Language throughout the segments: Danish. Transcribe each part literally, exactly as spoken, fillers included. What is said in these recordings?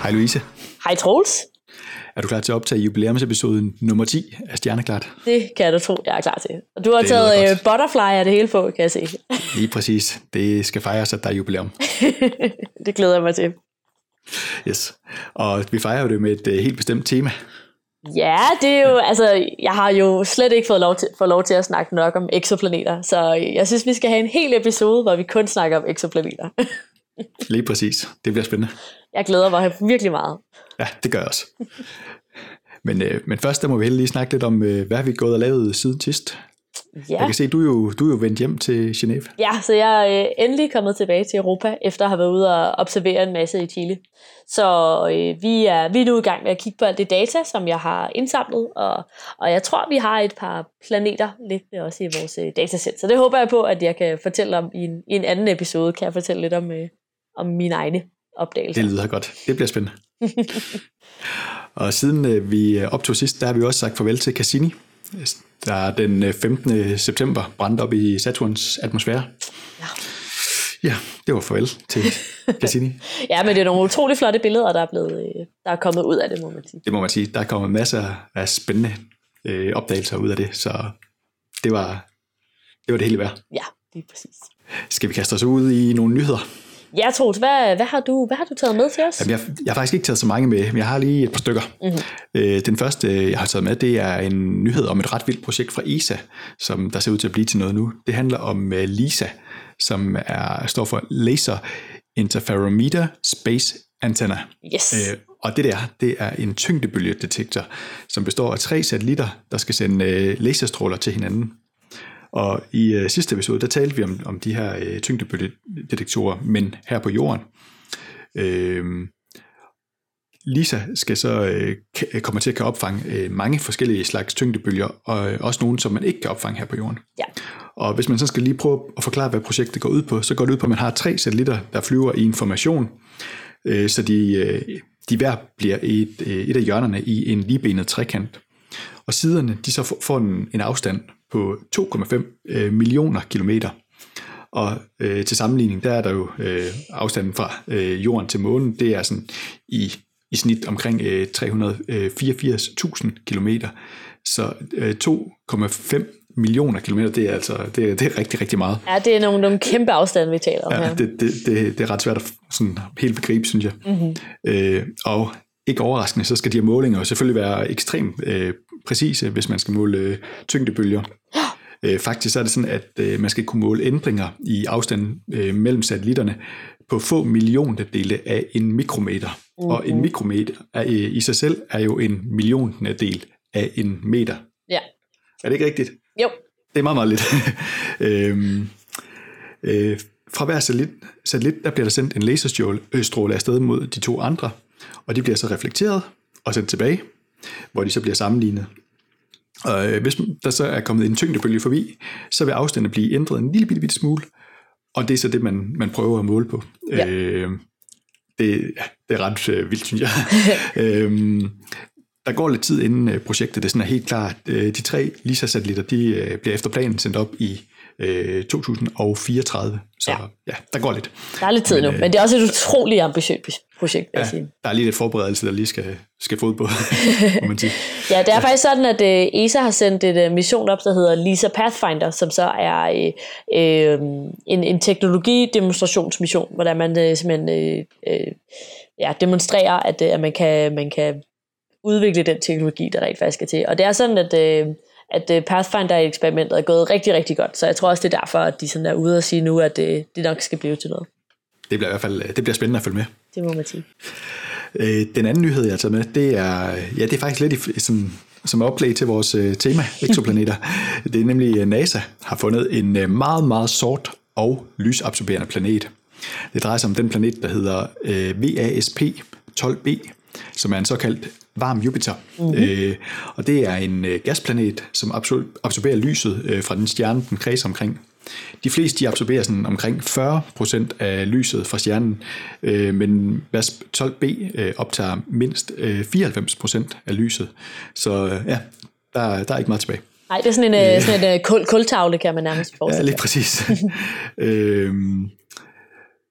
Hej Louise. Hej Troels. Er du klar til at optage jubilæumsepisoden nummer ti af Stjerneklart? Det kan du tro, jeg er klar til. Og du har det taget uh, butterfly af det hele på, kan jeg se. Lige præcis. Det skal fejres, at der er jubilæum. Det glæder jeg mig til. Yes. Og vi fejrer jo det med et uh, helt bestemt tema. Ja, det er jo, altså, jeg har jo slet ikke fået lov til, fået lov til at snakke nok om eksoplaneter, så jeg synes, vi skal have en hel episode, hvor vi kun snakker om eksoplaneter. Lige præcis. Det bliver spændende. Jeg glæder mig virkelig meget. Ja, det gør jeg også. Men, øh, men først der må vi lige snakke lidt om, øh, hvad har vi gået og lavet siden sidst? Ja. Jeg kan se, du er jo, du er jo vendt hjem til Genève. Ja, så jeg er øh, endelig kommet tilbage til Europa, efter at have været ude og observere en masse i Chile. Så øh, vi, er, vi er nu i gang med at kigge på alt det data, som jeg har indsamlet, og, og jeg tror, vi har et par planeter liggende også i vores øh, datasæt. Så det håber jeg på, at jeg kan fortælle om i en, i en anden episode, kan jeg fortælle lidt om, øh, om mine egne opdagelser. Det lyder godt. Det bliver spændende. Og siden øh, vi optog sidst, der har vi også sagt farvel til Cassini, der den femtende september brændte op i Saturns atmosfære. Ja. Ja, det var farvel til Cassini. Ja, men det er nogle utrolig flotte billeder, der er, blevet, der er kommet ud af det, må man sige. Det må man sige. Der er kommet masser af spændende øh, opdagelser ud af det, så det var det, var det hele værd. Ja, lige præcis. Skal vi kaste os ud i nogle nyheder? Ja, Troels, hvad, hvad, har du, hvad har du taget med til os? Jamen, jeg, jeg har faktisk ikke taget så mange med, men jeg har lige et par stykker. Mm-hmm. Øh, den første, jeg har taget med, det er en nyhed om et ret vildt projekt fra E S A, som der ser ud til at blive til noget nu. Det handler om uh, LISA, som er, står for Laser Interferometer Space Antenna. Yes. Øh, og det der, det er en tyngdebølgedetektor, som består af tre satellitter, der skal sende uh, laserstråler til hinanden. Og i øh, sidste episode, der talte vi om, om de her øh, tyngdedetektorer, men her på jorden. Øh, LISA skal så øh, k- komme til at kan opfange øh, mange forskellige slags tyngdebølger, og øh, også nogle, som man ikke kan opfange her på jorden. Ja. Og hvis man så skal lige prøve at forklare, hvad projektet går ud på, så går det ud på, at man har tre satellitter, der flyver i en formation, øh, så de, øh, de hver bliver et, øh, et af hjørnerne i en ligebenet trekant. Og siderne, de så får en, en afstand på to komma fem øh, millioner kilometer. Og øh, til sammenligning, der er der jo øh, afstanden fra øh, jorden til månen, det er sådan i, i snit omkring øh, tre hundrede og fireogfirs tusind kilometer. Så øh, to komma fem millioner kilometer, det er altså det, det er rigtig, rigtig meget. Ja, det er nogle, nogle kæmpe afstande, vi taler om ja, her. Det, det, det, det er ret svært at sådan helt begribe, synes jeg. Mm-hmm. Øh, og ikke overraskende, så skal de her målinger jo selvfølgelig være ekstremt øh, præcise, hvis man skal måle øh, tyngdebølger. Øh, faktisk er det sådan, at øh, man skal kunne måle ændringer i afstanden øh, mellem satellitterne på få milliontedele af en mikrometer. Mm-hmm. Og en mikrometer er, øh, i sig selv er jo en milliontedel af en meter. Ja. Er det ikke rigtigt? Jo. Det er meget, meget lidt. øhm, øh, fra hver satellit, satellit, der bliver der sendt en laserstråle afsted mod de to andre, og de bliver så reflekteret og sendt tilbage, hvor de så bliver sammenlignet. Og øh, hvis der så er kommet en tyngdebølge forbi, så vil afstanden blive ændret en lille bitte, bitte smule, og det er så det, man, man prøver at måle på. Ja. Øh, det, ja, det er ret øh, vildt, synes jeg. øhm, der går lidt tid inden projektet, det er sådan er helt klart. De tre LISA-satellitter, de bliver efter planen sendt op i øh, to tusind og fireogtredive. Så ja. ja, der går lidt. Der er lidt tid men, nu, øh, men det er også et utroligt ambitiøst projekt, vil jeg sige. Der er lige lidt forberedelse, der lige skal, skal fod på, må man sige. Ja, det er ja. faktisk sådan, at øh, E S A har sendt et øh, mission op, der hedder LISA Pathfinder, som så er øh, øh, en, en teknologidemonstrationsmission, hvor man øh, simpelthen øh, øh, ja, demonstrerer, at, øh, at man kan, man kan udvikle den teknologi, der rent faktisk er til. Og det er sådan, at, øh, at Pathfinder-eksperimentet er gået rigtig, rigtig godt. Så jeg tror også, det er derfor, at de sådan er ude og sige nu, at det, det nok skal blive til noget. Det bliver i hvert fald det bliver spændende at følge med. Det må man sige. Den anden nyhed, jeg har taget med, det er, ja, det er faktisk lidt i, som, som oplæg til vores tema, eksoplaneter. Det er nemlig, NASA har fundet en meget, meget sort og lysabsorberende planet. Det drejer sig om den planet, der hedder øh, V A S P tolv b, som er en såkaldt varm Jupiter. Mm-hmm. Øh, og det er en øh, gasplanet, som absorberer lyset øh, fra den stjerne, den kredser omkring. De fleste de absorberer sådan omkring fyrre procent af lyset fra stjernen, øh, men V A S P tolv b øh, optager mindst øh, fireoghalvfems procent af lyset. Så øh, ja, der, der er ikke meget tilbage. Nej, det er sådan en, øh, sådan en kul, kultavle, kan man nærmest forestille. Ja, lige præcis. øhm,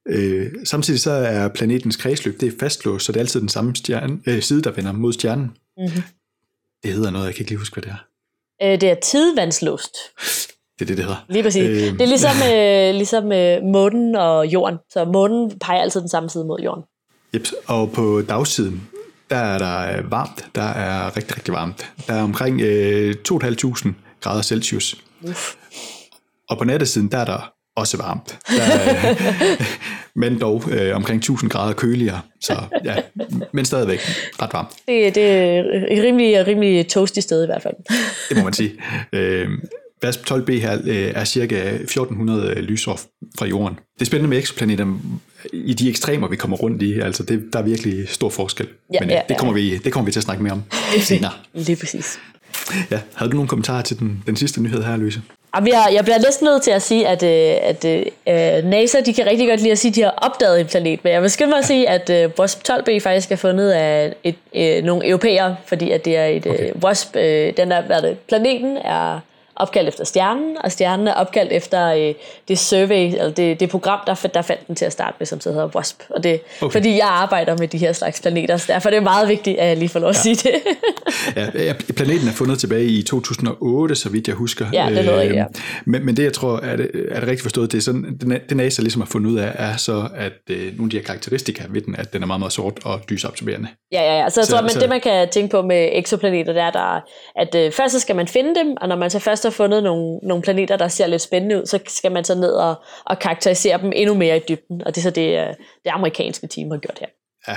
Øh, samtidig så er planetens kredsløb, det er fastlåst, så det er altid den samme stjerne, øh, side, der vender mod stjernen. Mm-hmm. Det hedder noget, jeg kan ikke lige huske, hvad det er. Øh, det er tidevandslåst. Det er det, det hedder. Lige præcis. Øh, det er ligesom, øh, ligesom øh, månen og jorden. Så månen peger altid den samme side mod jorden. Yep. Og på dagsiden, der er der varmt. Der er rigtig, rigtig varmt. Der er omkring øh, to tusind fem hundrede grader Celsius. Uff. Og på nattesiden, der er der også varmt. Der er, øh, men dog øh, omkring tusind grader køligere. Så ja, men stadigvæk ret varmt. Det, det er et rimelig, rimelig toasty sted i hvert fald. Det må man sige. Øh, V A S P tolv b her øh, er cirka fjorten hundrede lysår fra jorden. Det er spændende med eksoplaneter i de ekstremer, vi kommer rundt i. Altså det, der er virkelig stor forskel. Ja, Men ja, det, kommer vi, det kommer vi til at snakke mere om senere. Lige præcis. Ja, havde du nogle kommentarer til den, den sidste nyhed her, Louise? Jeg, jeg bliver næsten nødt til at sige, at, at, at NASA de kan rigtig godt lide at sige, at de har opdaget en planet. Men jeg vil skynde mig at sige, at W A S P tolv b faktisk er fundet af et, et, nogle europæere, fordi at det er et okay. W A S P, den der, hvad det, planeten er opkaldt efter stjernen, og stjernen er opkaldt efter øh, det survey, eller det, det program, der, der fandt den til at starte med, som så hedder W A S P. Og det okay. Fordi jeg arbejder med de her slags planeter, så derfor er det meget vigtigt, at jeg lige får lov at ja. sige det. Ja, planeten er fundet tilbage i to tusind og otte, så vidt jeg husker. Ja, det er øh, ja. men, men det, jeg tror, er det, er det rigtigt forstået, det er sådan, det, det NASA ligesom har fundet ud af, er så, at øh, nogle af de her karakteristika ved den, at den er meget, meget sort og lysabsorberende. Ja, ja, ja. Så jeg så, tror, men så, det, man kan tænke på med eksoplaneter, det er, der, at øh, først så skal man finde dem, og når man så først har fundet nogle, nogle planeter, der ser lidt spændende ud, så skal man så ned og, og karakterisere dem endnu mere i dybden. Og det er så det, det amerikanske team har gjort her. Ja.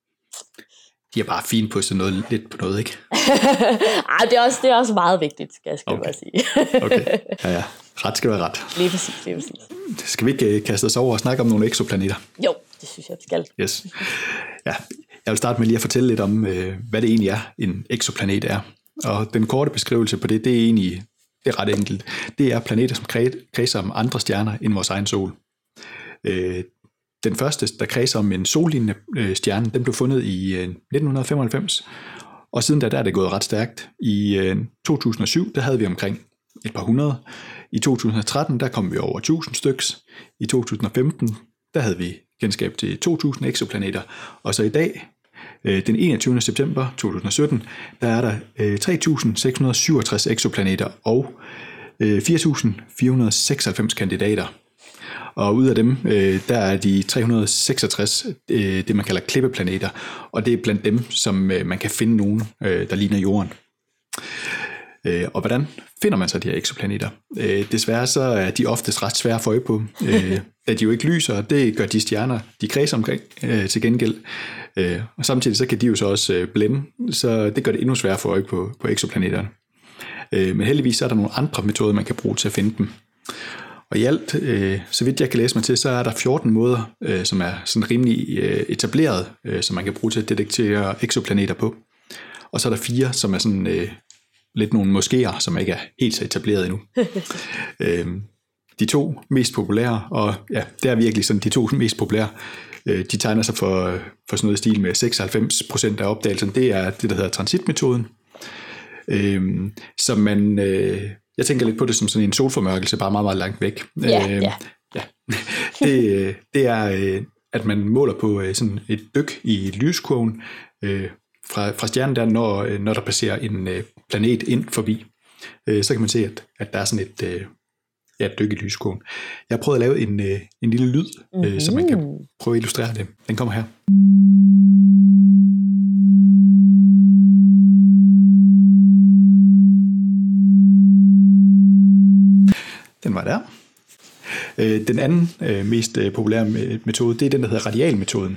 De er bare fine på sådan noget, lidt på noget, ikke? Ej, det er, også, det er også meget vigtigt, skal jeg skal okay. bare sige. Okay, ja ja. Ret skal være ret. Lige præcis, lige præcis. Skal vi ikke kaste os over og snakke om nogle eksoplaneter? Jo, det synes jeg, vi skal. Yes. Ja, jeg vil starte med lige at fortælle lidt om, hvad det egentlig er, en eksoplanet er. Og den korte beskrivelse på det, det er egentlig det er ret enkelt. Det er planeter, som kredser om andre stjerner end vores egen sol. Den første, der kredser om en sollignende stjerne, den blev fundet i nitten femoghalvfems, og siden da der er det gået ret stærkt. I to tusind og syv, der havde vi omkring et par hundrede. I to tusind og tretten, der kom vi over tusind styks. I to tusind og femten, der havde vi kendskab til to tusind eksoplaneter. Og så i dag, den enogtyvende september to tusind og sytten, der er der tre tusind seks hundrede syvogtres eksoplaneter og fire tusind fire hundrede seksoghalvfems kandidater. Og ud af dem, der er de tre hundrede seksogtres, det man kalder klippeplaneter, og det er blandt dem, som man kan finde nogen, der ligner jorden. Og hvordan finder man så de her eksoplaneter? Desværre så er de oftest ret svære at få øje på, da de jo ikke lyser, og det gør de stjerner, de kredser omkring til gengæld. Og samtidig så kan de jo så også blænde, så det gør det endnu sværere at få øje på, på eksplaneterne. Men heldigvis så er der nogle andre metoder, man kan bruge til at finde dem. Og i alt, så vidt jeg kan læse mig til, så er der fjorten måder, som er sådan rimelig etableret, som man kan bruge til at detektere eksoplaneter på. Og så er der fire, som er sådan lidt nogle moskéer, som ikke er helt så etableret endnu. De to mest populære, og ja, det er virkelig sådan, de to mest populære, de tegner sig for, for sådan noget stil med seksoghalvfems procent af opdagelsen. Det er det, der hedder transitmetoden, som man... Jeg tænker lidt på det som sådan en solformørkelse, bare meget, meget langt væk. Ja, øh, ja. ja. Det, det er, at man måler på sådan et dyk i lyskurven øh, fra, fra stjernen, der, når, når der passerer en planet ind forbi. Øh, så kan man se, at, at der er sådan et, øh, ja, et dyk i lyskurven. Jeg har prøvet at lave en, øh, en lille lyd, øh, mm-hmm. så man kan prøve at illustrere det. Den kommer her. Den var der. Den anden mest populære metode, det er den, der hedder radialmetoden.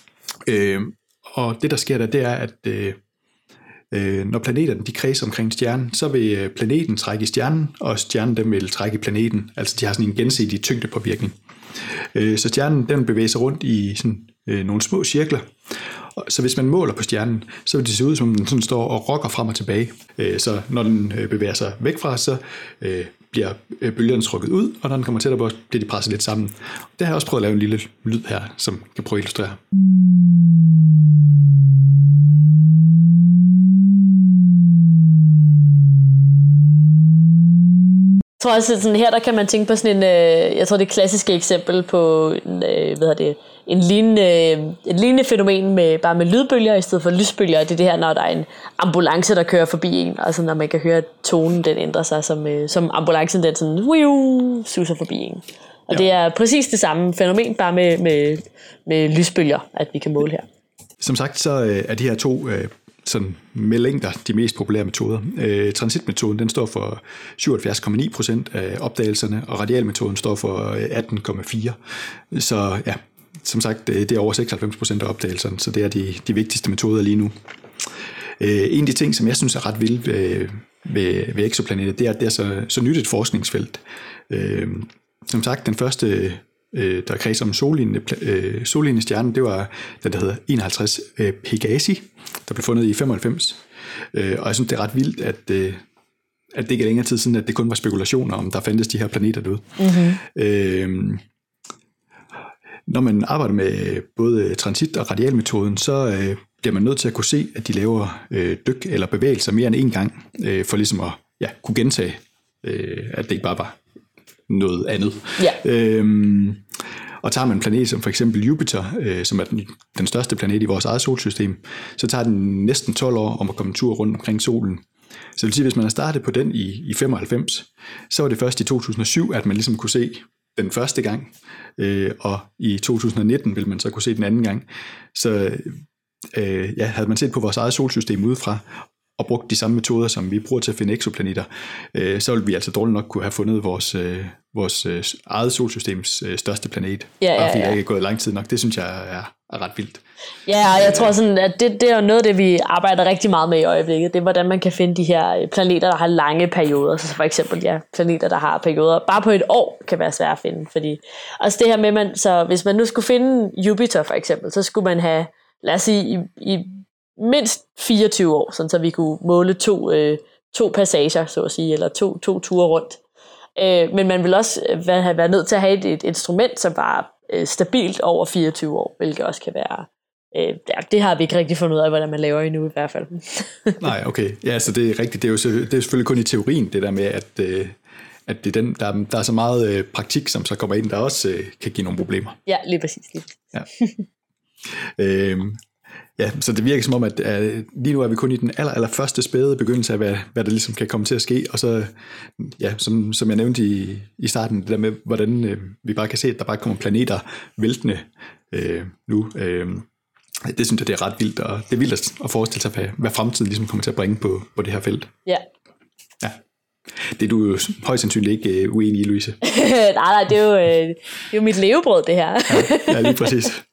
Og det, der sker der, det er, at når planeterne de kredser omkring stjernen, så vil planeten trække i stjernen, og stjernen den vil trække i planeten. Altså de har sådan en gensidig tyngdepåvirkning. Så stjernen den bevæger sig rundt i sådan, nogle små cirkler. Så hvis man måler på stjernen, så vil det se ud, som den sådan står og rokker frem og tilbage. Så når den bevæger sig væk fra, så bliver bølgerne trukket ud, og når den kommer tættere på, bliver de presset lidt sammen. Det har jeg også prøvet at lave en lille lyd her, som kan prøve at illustrere. tror også, sådan her der kan man tænke på sådan en, øh, jeg tror det klassiske eksempel på en, øh, hvad hedder det, en lignende, et lignende fænomen med, bare med lydbølger i stedet for lysbølger. Det er det her, når der er en ambulance, der kører forbi en, altså når man kan høre, at tonen den ændrer sig, som, øh, som ambulancen den sådan, wiu, suser forbi en. Og ja. Det er præcis det samme fænomen, bare med, med, med lysbølger, at vi kan måle her. Som sagt, så er de her to øh, sådan med længder de mest populære metoder. Øh, transitmetoden, den står for syvoghalvfjerds komma ni procent af opdagelserne, og radialmetoden står for atten komma fire. Så ja, som sagt, det er over seksoghalvfems procent af opdagelserne, så det er de, de vigtigste metoder lige nu. Øh, en af de ting, som jeg synes er ret vildt ved, ved, ved eksoplaneter, det er, at det er så, så nyt et forskningsfelt. Øh, som sagt, den første der kredser om sollignende, øh, sollignende stjernen, det var den, der hedder enoghalvtreds øh, Pegasi, der blev fundet i femoghalvfems. Øh, og jeg synes, det er ret vildt, at, øh, at det ikke er længere tid siden, at det kun var spekulationer om, der fandtes de her planeter derude. Mm-hmm. Øh, når man arbejder med både transit- og radialmetoden, så øh, bliver man nødt til at kunne se, at de laver øh, dyk eller bevægelser mere end en gang, øh, for ligesom at ja, kunne gentage, øh, at det ikke bare var noget andet. Ja. Øhm, og tager man en planet som for eksempel Jupiter, øh, som er den, den største planet i vores eget solsystem, så tager den næsten tolv år om at komme en tur rundt omkring solen. Så det vil sige, hvis man har startet på den i, i femoghalvfems, så var det først i to tusind og syv, at man ligesom kunne se den første gang, øh, og i to tusind og nitten vil man så kunne se den anden gang. Så øh, ja, havde man set på vores eget solsystem udefra, og brugt de samme metoder, som vi bruger til at finde eksoplaneter, øh, så vil vi altså dårligt nok kunne have fundet vores, øh, vores øh, eget solsystems øh, største planet. Ja, ja, bare fordi ja. det ikke er gået lang tid nok. Det synes jeg er, er ret vildt. Ja, og jeg tror sådan, at det, det er noget af det, vi arbejder rigtig meget med i øjeblikket. Det er, hvordan man kan finde de her planeter, der har lange perioder. Så for eksempel, ja, planeter, der har perioder bare på et år, kan være svært at finde. Fordi, altså det her med, man, så hvis man nu skulle finde Jupiter for eksempel, så skulle man have, lad os sige, i, i mindst fireogtyve år, sådan så vi kunne måle to, øh, to passager, så at sige, eller to, to ture rundt. Øh, men man vil også have været nødt til at have et, et instrument, som var øh, stabilt over fireogtyve år, hvilket også kan være... Øh, ja, det har vi ikke rigtig fundet ud af, hvordan man laver endnu i hvert fald. Nej, okay. Ja, så det er rigtigt. Det er jo det er selvfølgelig kun i teorien, det der med, at, øh, at det er den, der, der er så meget øh, praktik, som så kommer ind, der også øh, kan give nogle problemer. Ja, lige præcis. Lige præcis. Ja. øhm, Ja, så det virker som om, at uh, lige nu er vi kun i den aller, aller første spæde begyndelse af, hvad, hvad der ligesom kan komme til at ske. Og så, ja, som, som jeg nævnte i, i starten, det der med, hvordan uh, vi bare kan se, at der bare kommer planeter væltende uh, nu. Uh, det synes jeg, det er ret vildt, og det er vildt at forestille sig, hvad, hvad fremtiden ligesom kommer til at bringe på, på det her felt. Ja. Ja. Det er du jo højst sandsynligt ikke uh, uenig i, Louise. nej, nej, det er, jo, øh, det er jo mit levebrød, det her. ja, ja, lige præcis.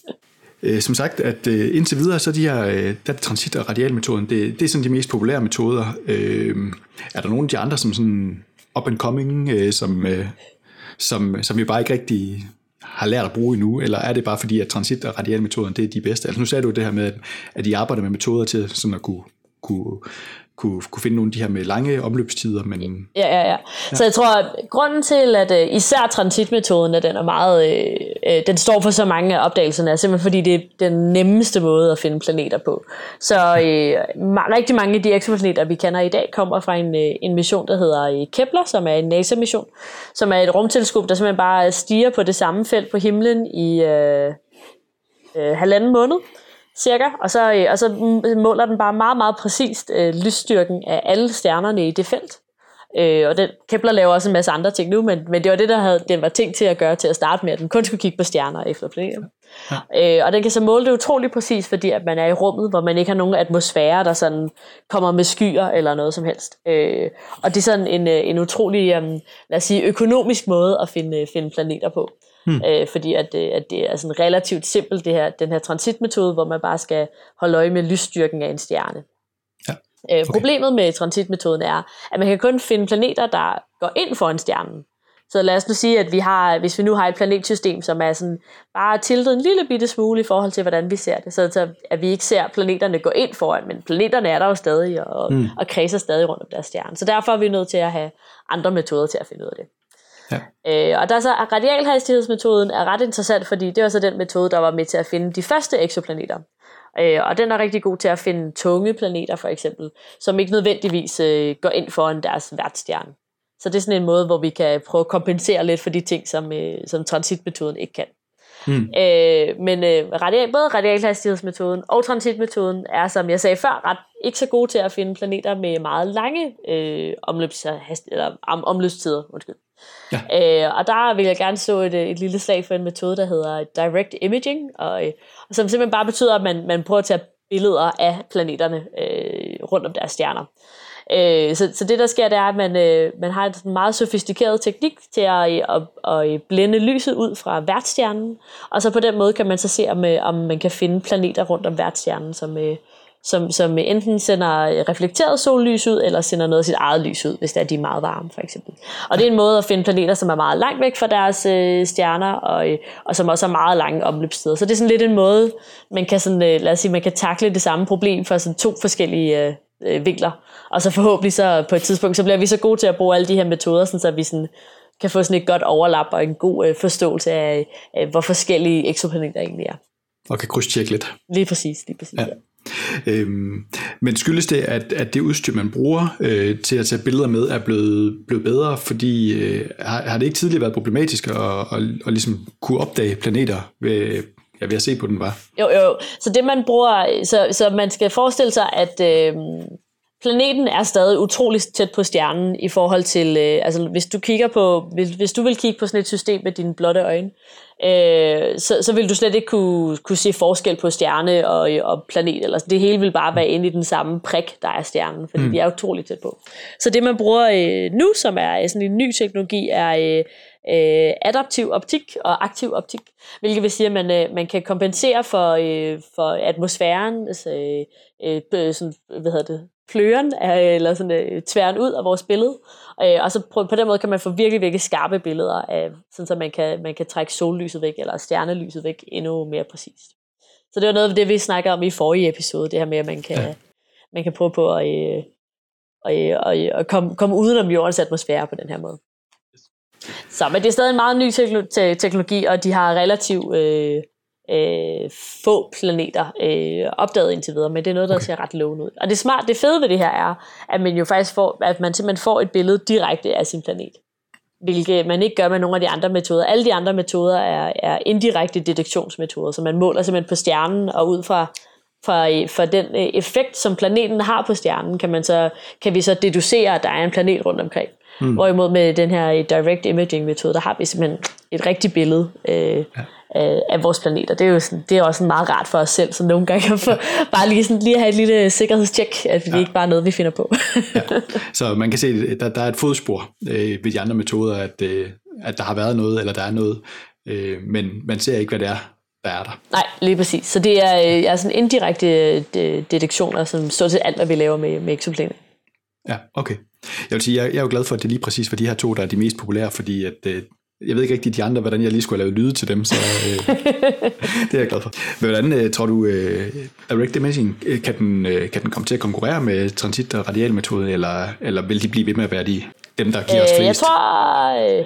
Som sagt, at indtil videre, så de her der transit- og radialmetoden, det, det er sådan de mest populære metoder. Øh, er der nogle af de andre, som sådan up and coming, øh, som, øh, som, som vi bare ikke rigtig har lært at bruge endnu, eller er det bare fordi, at transit- og radialmetoden, det er de bedste? Altså nu sagde du det her med, at de arbejder med metoder til sådan at kunne, kunne Kunne, kunne finde nogle af de her med lange omløbstider, men... Ja, ja, ja. ja. Så jeg tror, at grunden til, at uh, især transitmetoden, at den er meget... Øh, øh, den står for så mange af opdagelserne, er simpelthen fordi, det er den nemmeste måde at finde planeter på. Så øh, ma- rigtig mange af de eksoplaneter, vi kender i dag, kommer fra en, øh, en mission, der hedder Kepler, som er en NASA-mission, som er et rumteleskop, der simpelthen bare stiger på det samme felt på himlen i øh, øh, halvanden måned. Cirka, og så, og så måler den bare meget, meget præcist øh, lysstyrken af alle stjernerne i det felt. Øh, og den, Kepler laver også en masse andre ting nu, men, men det var det, der havde, den var tænkt til at gøre til at starte med, at den kun skulle kigge på stjerner efter planeter. Ja. Øh, og den kan så måle det utrolig præcis, fordi at man er i rummet, hvor man ikke har nogen atmosfære, der sådan kommer med skyer eller noget som helst. Øh, og det er sådan en, en utrolig, um, lad os sige, økonomisk måde at finde, finde planeter på. Hmm. Øh, fordi at, at det er sådan relativt simpelt, det her, den her transitmetode, hvor man bare skal holde øje med lysstyrken af en stjerne. Ja. Okay. Øh, problemet med transitmetoden er, at man kan kun finde planeter, der går ind for en stjerne. Så lad os nu sige, at vi har, hvis vi nu har et planetsystem, som er sådan bare tiltet en lille bitte smule i forhold til, hvordan vi ser det, så at vi ikke ser planeterne gå ind foran, men planeterne er der jo stadig og, hmm. og kredser stadig rundt om deres stjerne. Så derfor er vi nødt til at have andre metoder til at finde ud af det. Ja. Øh, og der er så radialhastighedsmetoden er ret interessant, fordi det var så den metode, der var med til at finde de første eksoplaneter. Øh, og den er rigtig god til at finde tunge planeter for eksempel, som ikke nødvendigvis øh, går ind foran deres værtsstjerne. Så det er sådan en måde, hvor vi kan prøve at kompensere lidt for de ting, som, øh, som transitmetoden ikke kan. Mm. Øh, men øh, radial, både radialhastighedsmetoden og transitmetoden er, som jeg sagde før, ret ikke så gode til at finde planeter med meget lange øh, omløbshast- eller, om, omløbstider. Undskyld. Ja. Øh, og der vil jeg gerne slå et, et lille slag for en metode, der hedder direct imaging, og, øh, og som simpelthen bare betyder, at man, man prøver at tage billeder af planeterne øh, rundt om deres stjerner. Øh, så, så det der sker, det er, at man, øh, man har en meget sofistikeret teknik til at, at, at blænde lyset ud fra værtsstjernen, og så på den måde kan man så se, om, om man kan finde planeter rundt om værtsstjernen, som, øh, som, som enten sender reflekteret sollys ud, eller sender noget af sit eget lys ud, hvis det er, de er meget varme, for eksempel. Og det er en måde at finde planeter, som er meget langt væk fra deres øh, stjerner, og, øh, og som også har meget lange omløbstider. Så det er sådan lidt en måde, man kan, sådan, øh, lad os sige, man kan takle det samme problem for sådan to forskellige øh, vinkler. Og så forhåbentlig så på et tidspunkt, så bliver vi så gode til at bruge alle de her metoder, sådan, så vi sådan kan få sådan et godt overlap og en god øh, forståelse af, øh, hvor forskellige eksoplaneter egentlig er. Og kan krydstjekke lidt. Lige præcis, lige præcis. Ja. Ja. Øhm, men skyldes det, at, at det udstyr, man bruger øh, til at tage billeder med, er blevet, blevet bedre, fordi øh, har, har det ikke tidligere været problematisk at, at, at ligesom kunne opdage planeter ved, ja, ved at se på den, var? Jo, jo. Så det man bruger, så, så man skal forestille sig, at øh, planeten er stadig utrolig tæt på stjernen i forhold til, øh, altså hvis du kigger på, hvis, hvis du vil kigge på sådan et system med dine blotte øjne, øh, så, så vil du slet ikke kunne, kunne se forskel på stjerne og, og planet, eller det hele vil bare være inde i den samme prik, der er stjernen, fordi mm. de er utroligt tæt på. Så det man bruger øh, nu, som er sådan en ny teknologi, er øh, øh, adaptiv optik og aktiv optik, hvilket vil sige, at man, øh, man kan kompensere for, øh, for atmosfæren, altså, øh, øh, sådan, hvad hedder det, fløren, eller sådan øh, tværen ud af vores billede, øh, og så på, på den måde kan man få virkelig, virkelig skarpe billeder af, sådan så man kan, man kan trække sollyset væk, eller stjernelyset væk endnu mere præcist. Så det var noget af det, vi snakker om i forrige episode, det her med, at man kan, ja. man kan prøve på at, øh, at, at, at komme, komme udenom jordens atmosfære på den her måde. Så, men det er stadig en meget ny teknologi, og de har relativt øh, øh, få planeter øh, opdaget indtil videre, men det er noget, der okay. ser ret lovende ud. Og det smart, det fede ved det her er, at man jo faktisk får, at man simpelthen får et billede direkte af sin planet, hvilket man ikke gør med nogle af de andre metoder. Alle de andre metoder er, er indirekte detektionsmetoder, så man måler simpelthen på stjernen, og ud fra fra, fra den effekt, som planeten har på stjernen, kan, man så, kan vi så deducere, at der er en planet rundt omkring. Mm. Hvorimod med den her direct imaging metode, der har vi simpelthen et rigtigt billede øh, ja. af, af vores planeter. Det er jo sådan, det er også sådan meget rart for os selv, så nogle gange kan få bare lige, sådan, lige have et lille sikkerhedstjek, at det ja. ikke bare er noget, vi finder på. Ja. Så man kan se, at der, der er et fodspor øh, ved de andre metoder, at, øh, at der har været noget, eller der er noget, øh, men man ser ikke, hvad det er, der er der. Nej, lige præcis. Så det er, øh, er sådan indirekte de, detektioner, som står til alt, hvad vi laver med, med exoplanet. Ja, okay. Jeg vil sige, jeg, jeg er jo glad for, at det lige præcis for de her to, der er de mest populære, fordi at, øh, jeg ved ikke rigtig de andre, hvordan jeg lige skulle have lavet lyde til dem, så øh, det er jeg glad for. Men hvordan øh, tror du, øh, direct imaging, øh, kan, den, øh, kan den komme til at konkurrere med transit- og radialmetode, eller, eller vil de blive ved med at være de, dem, der giver øh, os flest? Jeg tror... Øh...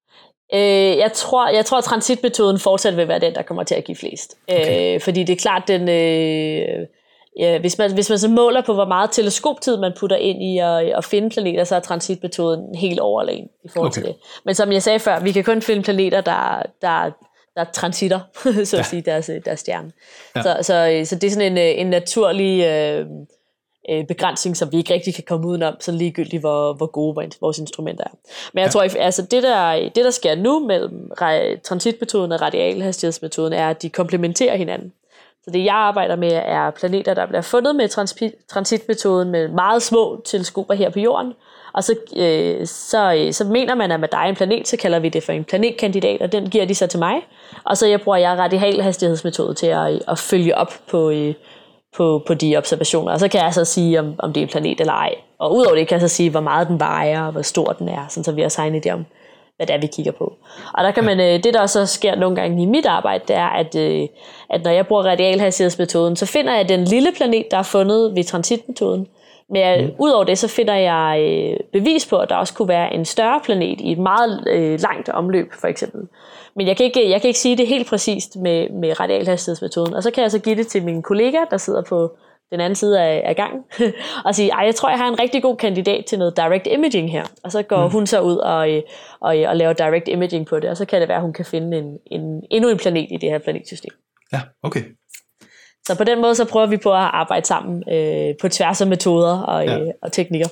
Øh, jeg tror, jeg tror, at transitmetoden fortsat vil være den, der kommer til at give flest. Okay. Øh, fordi det er klart, den, øh, ja, hvis, man, hvis man så måler på, hvor meget teleskoptid man putter ind i at, at finde planeter, så er transitmetoden helt overlegen i forhold okay. til det. Men som jeg sagde før, vi kan kun finde planeter, der, der, der transitter, så at ja. sige, deres, deres stjerne. Ja. Så, så, så det er sådan en, en naturlig... Øh, begrænsning, som vi ikke rigtig kan komme udenom, så ligegyldigt, hvor, hvor gode vores instrumenter er. Men jeg ja. tror, altså det der, det der sker nu mellem transitmetoden og radialhastighedsmetoden, er, at de komplementerer hinanden. Så det, jeg arbejder med, er planeter, der bliver fundet med trans- transitmetoden med meget små teleskoper her på jorden, og så, øh, så, så mener man, at der er en planet, så kalder vi det for en planetkandidat, og den giver de så til mig, og så jeg bruger jeg radialhastighedsmetode til at, at følge op på øh, På, på de observationer, og så kan jeg så sige, om, om det er en planet eller ej. Og udover det kan jeg så sige, hvor meget den vejer, og hvor stor den er, sådan så vi har så en idé om, hvad det er, vi kigger på. Og der kan man, det der så sker nogle gange i mit arbejde, det er, at, at når jeg bruger radialhastighedsmetoden, så finder jeg den lille planet, der er fundet ved transitmetoden. Men jeg, mm. udover det, så finder jeg bevis på, at der også kunne være en større planet i et meget øh, langt omløb, for eksempel. Men jeg kan ikke, jeg kan ikke sige det helt præcist med, med radialhastighedsmetoden. Og så kan jeg så give det til min kollega, der sidder på, den anden side af, af gangen, og sige, ej, jeg tror, jeg har en rigtig god kandidat til noget direct imaging her. Og så går mm. hun så ud og, og, og laver direct imaging på det, og så kan det være, at hun kan finde en, en, endnu en planet i det her planetsystem. Ja, okay. Så på den måde, så prøver vi på at arbejde sammen øh, på tværs af metoder og, ja. øh, og teknikker.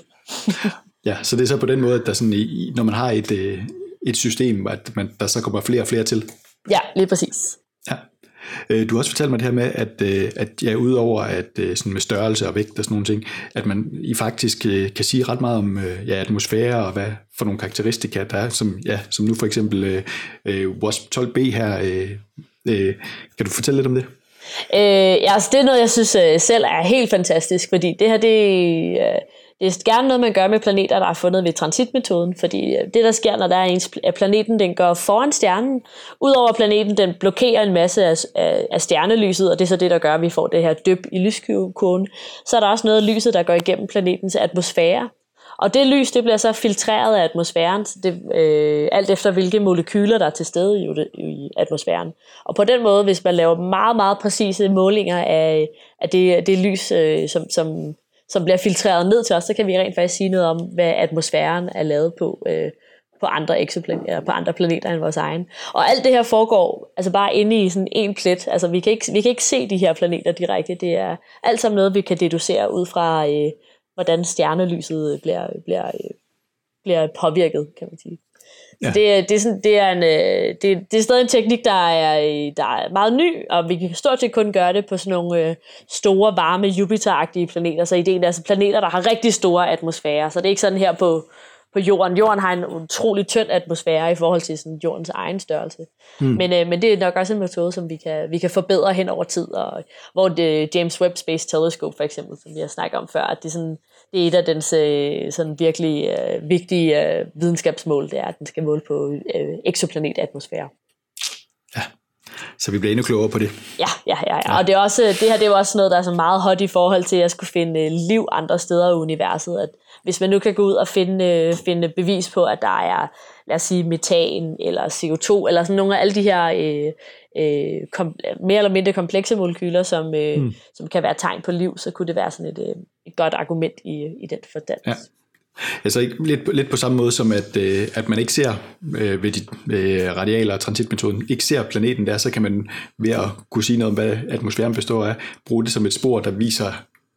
Ja, så det er så på den måde, at der sådan, i, når man har et, øh, et system, at man, der så kommer flere og flere til. Ja, lige præcis. Ja. Du har også fortalt mig det her med, at, at ja, udover at sådan med størrelse og vægt og sådan nogle ting, at man i faktisk kan sige ret meget om ja, atmosfære og hvad for nogle karakteristika der er, som, ja, som nu for eksempel uh, W A S P tolv B her. Uh, uh, kan du fortælle lidt om det? Øh, ja, altså det er noget, jeg synes uh, selv er helt fantastisk, fordi det her, det uh, det er gerne noget, man gør med planeter, der er fundet ved transitmetoden, fordi det, der sker, når der er ens, at planeten den går foran stjernen, udover planeten, den blokerer en masse af, af, af stjernelyset, og det er så det, der gør, at vi får det her dyb i lyskurven, så er der også noget af lyset, der går igennem planetens atmosfære. Og det lys, det bliver så filtreret af atmosfæren, det, øh, alt efter hvilke molekyler, der er til stede i, i atmosfæren. Og på den måde, hvis man laver meget, meget præcise målinger af, af det, det lys, øh, som... som som bliver filtreret ned til os, så kan vi rent faktisk sige noget om, hvad atmosfæren er lavet på, øh, på andre exoplaneter, på andre planeter end vores egen. Og alt det her foregår altså bare inde i sådan en plet. Altså vi kan ikke, vi kan ikke se de her planeter direkte. Det er alt sammen noget, vi kan deducere ud fra, øh, hvordan stjernelyset bliver, bliver, øh, bliver påvirket, kan man sige. Ja. Det, det, er sådan, det, er en, det, det er stadig en teknik, der er, der er meget ny, og vi kan stort set kun gøre det på sådan nogle store, varme, Jupiter-agtige planeter. Så ideen er altså planeter, der har rigtig store atmosfærer. Så det er ikke sådan her på, på Jorden. Jorden har en utrolig tynd atmosfære i forhold til sådan Jordens egen størrelse. Mm. Men, men det er nok også en metode, som vi kan, vi kan forbedre hen over tid. Og, hvor det James Webb Space Telescope for eksempel, som vi har snakket om før, at det er sådan... Det er et af dens øh, sådan virkelig øh, vigtige øh, videnskabsmål, det er, at den skal måle på øh, exoplanetatmosfære. Ja, så vi bliver endnu klogere på det. Ja, ja, ja, ja. Og det, er også, det her det er jo også noget, der er så meget hot i forhold til at skulle finde liv andre steder i universet. At hvis man nu kan gå ud og finde, finde bevis på, at der er, lad os sige, metan eller C O to, eller sådan nogle af alle de her øh, øh, kom, mere eller mindre komplekse molekyler, som, øh, mm. som kan være tegn på liv, så kunne det være sådan et, øh, et godt argument i, i den forstand. Ja. Altså lidt, lidt på samme måde som at, øh, at man ikke ser øh, ved de øh, radialer og transitmetoden, ikke ser planeten der, så kan man ved at kunne sige noget om, hvad atmosfæren består af, bruge det som et spor, der viser,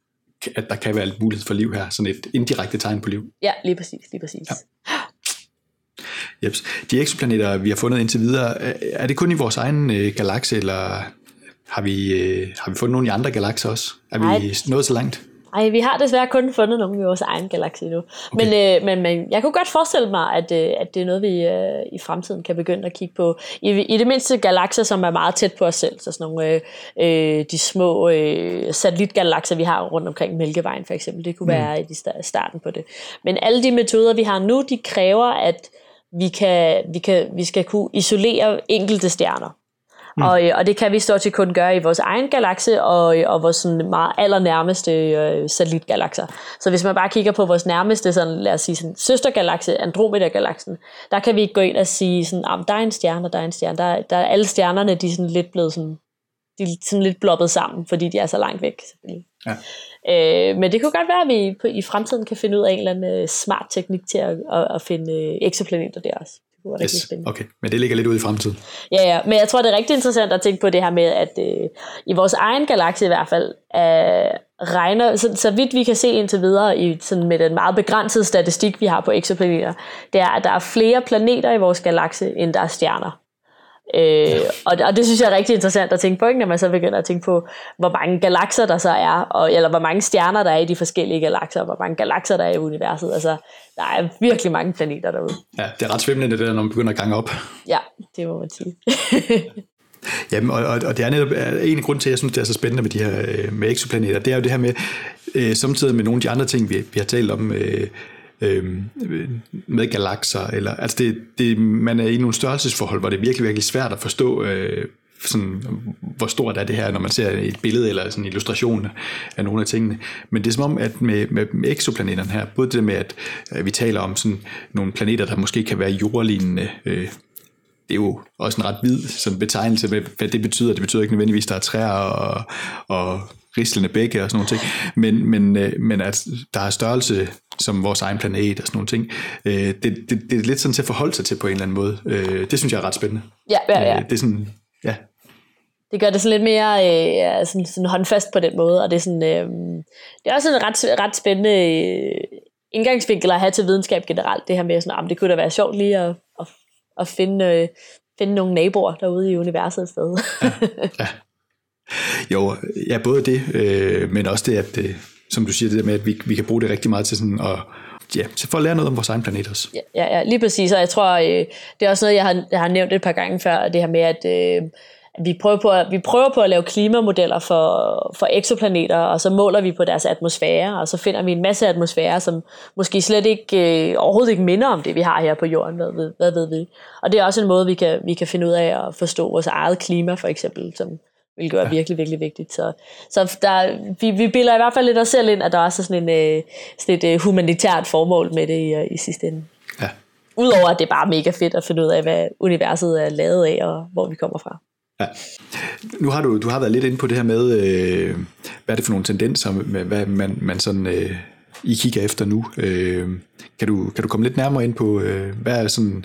at der kan være lidt mulighed for liv her, sådan et indirekte tegn på liv. Ja, lige præcis, lige præcis. Ja. Jeps. De exoplaneter, vi har fundet indtil videre, er det kun i vores egen øh, galakse, eller har vi, øh, har vi fundet nogle i andre galakser også? Er vi Nej. nået så langt? Nej, vi har desværre kun fundet nogle i vores egen galakse nu. Okay. Men, øh, men, men jeg kunne godt forestille mig, at, øh, at det er noget, vi øh, i fremtiden kan begynde at kigge på. I, i det mindste galakser, som er meget tæt på os selv. Så sådan nogle øh, øh, de små øh, satellitgalakser, vi har rundt omkring Mælkevejen for eksempel. Det kunne mm. være i starten på det. Men alle de metoder, vi har nu, de kræver, at vi, kan, vi, kan, vi skal kunne isolere enkelte stjerner. Mm. Og, og det kan vi stort set kun gøre i vores egen galakse og, og vores sådan meget allernærmeste øh, satellitgalakser. Så hvis man bare kigger på vores nærmeste, sådan, lad os sige sådan, søstergalakse, Andromeda-galaksen, der kan vi gå ind og sige, sådan, ah, der er en stjerne, og der er en stjerne. Der, der er alle stjernerne, de er sådan lidt blevet sådan, de er sådan lidt bloppet sammen, fordi de er så langt væk. Ja. Øh, men det kunne godt være, at vi på, i fremtiden kan finde ud af en eller anden smart teknik til at, at, at finde exoplaneter der også. Yes. Okay, men det ligger lidt ude i fremtiden. Ja, ja, men jeg tror, det er rigtig interessant at tænke på det her med, at øh, i vores egen galakse i hvert fald, øh, regner, så, så vidt vi kan se indtil videre i, sådan med den meget begrænsede statistik, vi har på exoplaneter, det er, at der er flere planeter i vores galakse, end der er stjerner. Øh, og, og det synes jeg er rigtig interessant at tænke på, ikke, når man så begynder at tænke på, hvor mange galakser der så er, og, eller hvor mange stjerner der er i de forskellige galakser, og hvor mange galakser der er i universet. Altså, der er virkelig mange planeter derude. Ja, det er ret svimlende det der, når man begynder at gange op. Ja, det må man sige. Jamen, og, og det er netop en grund til, at jeg synes, det er så spændende med de her med exoplaneter, det er jo det her med, øh, samtidig med nogle af de andre ting, vi, vi har talt om, øh, med galakser, eller altså det, det, man er i nogle størrelsesforhold, hvor det er virkelig, virkelig svært at forstå, øh, sådan, hvor stort er det her, når man ser et billede eller sådan en illustration af nogle af tingene. Men det er som om, at med, med, med exoplaneterne her, både det med, at øh, vi taler om sådan nogle planeter, der måske kan være jordlignende, øh, det er jo også en ret vid sådan betegnelse med, hvad det betyder. Det betyder ikke nødvendigvis, at der er træer og, og rislende bække og sådan nogle ting, men, men, men at der er størrelse som vores egen planet og sådan nogle ting, det, det, det er lidt sådan til at forholde sig til på en eller anden måde. Det synes jeg er ret spændende. Ja, ja, ja. Det er sådan, ja. Det gør det sådan lidt mere øh, sådan, sådan håndfast på den måde, og det er sådan, øh, det er også en ret, ret spændende øh, indgangsvinkel at have til videnskab generelt, det her med sådan, om det kunne da være sjovt lige at, at, at finde, øh, finde nogle naboer derude i universet et sted. Ja, ja. Jo, ja, både det, øh, men også det, at det, som du siger, det der med, at vi, vi kan bruge det rigtig meget til sådan at, ja, for at lære noget om vores egen planet også. Ja, ja, ja, lige præcis, og jeg tror, øh, det er også noget, jeg har, jeg har nævnt et par gange før, det her med, at øh, vi, prøver på at, vi prøver på at lave klimamodeller for, for eksoplaneter, og så måler vi på deres atmosfære, og så finder vi en masse atmosfære, som måske slet ikke, øh, overhovedet ikke minder om det, vi har her på jorden, hvad ved, hvad ved vi. Og det er også en måde, vi kan, vi kan finde ud af at forstå vores eget klima, for eksempel, som hvilket er ja. virkelig, virkelig vigtigt. Så, så der, vi, vi bilder i hvert fald lidt os selv ind, at der også er sådan, en, øh, sådan et uh, humanitært formål med det i, uh, i sidste ende. Ja. Udover at det er bare mega fedt at finde ud af, hvad universet er lavet af, og hvor vi kommer fra. Ja. Nu har du, du har været lidt inde på det her med, øh, hvad er det for nogle tendenser, med, hvad man, man sådan, øh, I kigger efter nu. Øh, kan, du, kan du komme lidt nærmere ind på, øh, hvad er sådan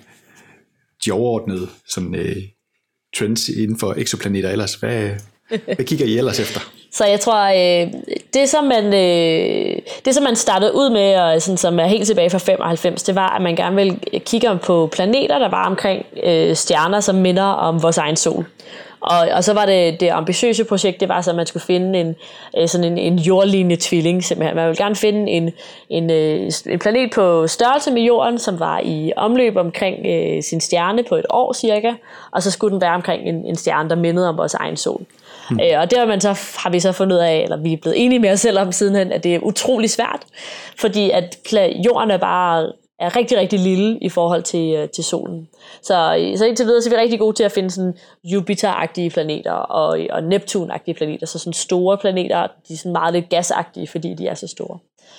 de overordnede sådan, øh, trends inden for eksoplaneter ellers? Hvad, hvad kigger I ellers efter? Så jeg tror, øh, det som man øh, det som man startede ud med, og sådan, som er helt tilbage fra femoghalvfems, det var, at man gerne ville kigge på planeter, der var omkring øh, stjerner, som minder om vores egen sol. Og, og så var det det ambitiøse projekt, det var så, at man skulle finde en, sådan en, en jordlignende tvilling, simpelthen. Man ville gerne finde en, en, en planet på størrelse med jorden, som var i omløb omkring øh, sin stjerne på et år cirka, og så skulle den være omkring en, en stjerne, der mindede om vores egen sol. Hmm. Øh, og det har, man så, har vi så fundet ud af, eller vi er blevet enige med os selv om sidenhen, at det er utrolig svært, fordi at jorden er bare er rigtig, rigtig lille i forhold til, til solen. Så, så indtil videre så er vi rigtig gode til at finde sådan Jupiter-agtige planeter og, og Neptun-agtige planeter, så sådan store planeter, de er sådan meget lidt gasagtige, fordi de er så store.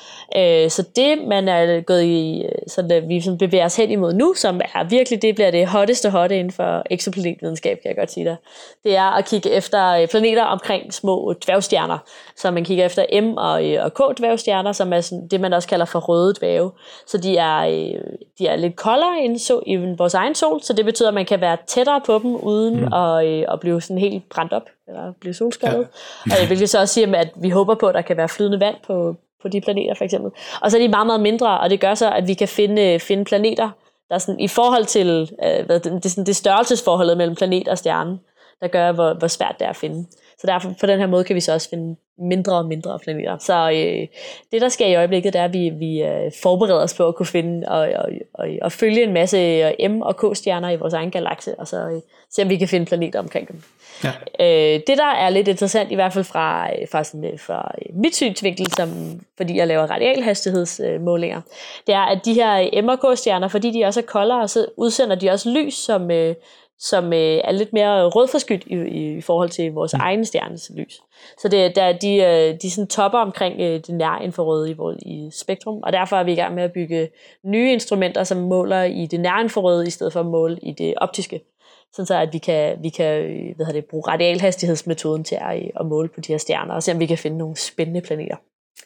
Øh, så det, man er gået i, sådan, vi sådan bevæger os hen imod nu, som er virkelig, det bliver det hotteste hotte inden for exoplanetvidenskab, kan jeg godt sige dig. Det er at kigge efter planeter omkring små dværgstjerner. Så man kigger efter M og, og K dværgstjerner, som er sådan, det, man også kalder for røde dværge. Så de er, de er lidt koldere end så, i vores egen sol, så det betyder, at man kan være tættere på dem, uden mm. at, at blive sådan helt brændt op, eller blive solskadet. Ja. Hvilket så også siger, at vi håber på, at der kan være flydende vand på på de planeter for eksempel. Og så er de meget, meget mindre, og det gør så, at vi kan finde, finde planeter, der er sådan, i forhold til øh, hvad, det, sådan, det størrelsesforholdet mellem planet og stjerne, der gør, hvor, hvor svært det er at finde. Så derfor på den her måde kan vi så også finde mindre og mindre planeter. Så øh, det, der sker i øjeblikket, det er, at vi, vi øh, forbereder os på at kunne finde og, og, og, og følge en masse M- og K-stjerner i vores egen galakse, og så øh, se, om vi kan finde planeter omkring dem. Ja. Øh, det, der er lidt interessant, i hvert fald fra, fra, sådan, fra mit synsvinkel, som, fordi jeg laver radialhastighedsmålinger, det er, at de her M- og K-stjerner, fordi de også er koldere, så udsender de også lys, som... Øh, som øh, er lidt mere rødforskydt i, i, i forhold til vores mm. egen stjernes lys. Så det, der, de, øh, de sådan topper omkring øh, det nærinfrarøde i, vores, i spektrum, og derfor er vi i gang med at bygge nye instrumenter, som måler i det nærinfrarøde, i stedet for at måle i det optiske. Sådan så, at vi kan, vi kan hvad det, bruge radialhastighedsmetoden til at, at måle på de her stjerner, og se om vi kan finde nogle spændende planeter.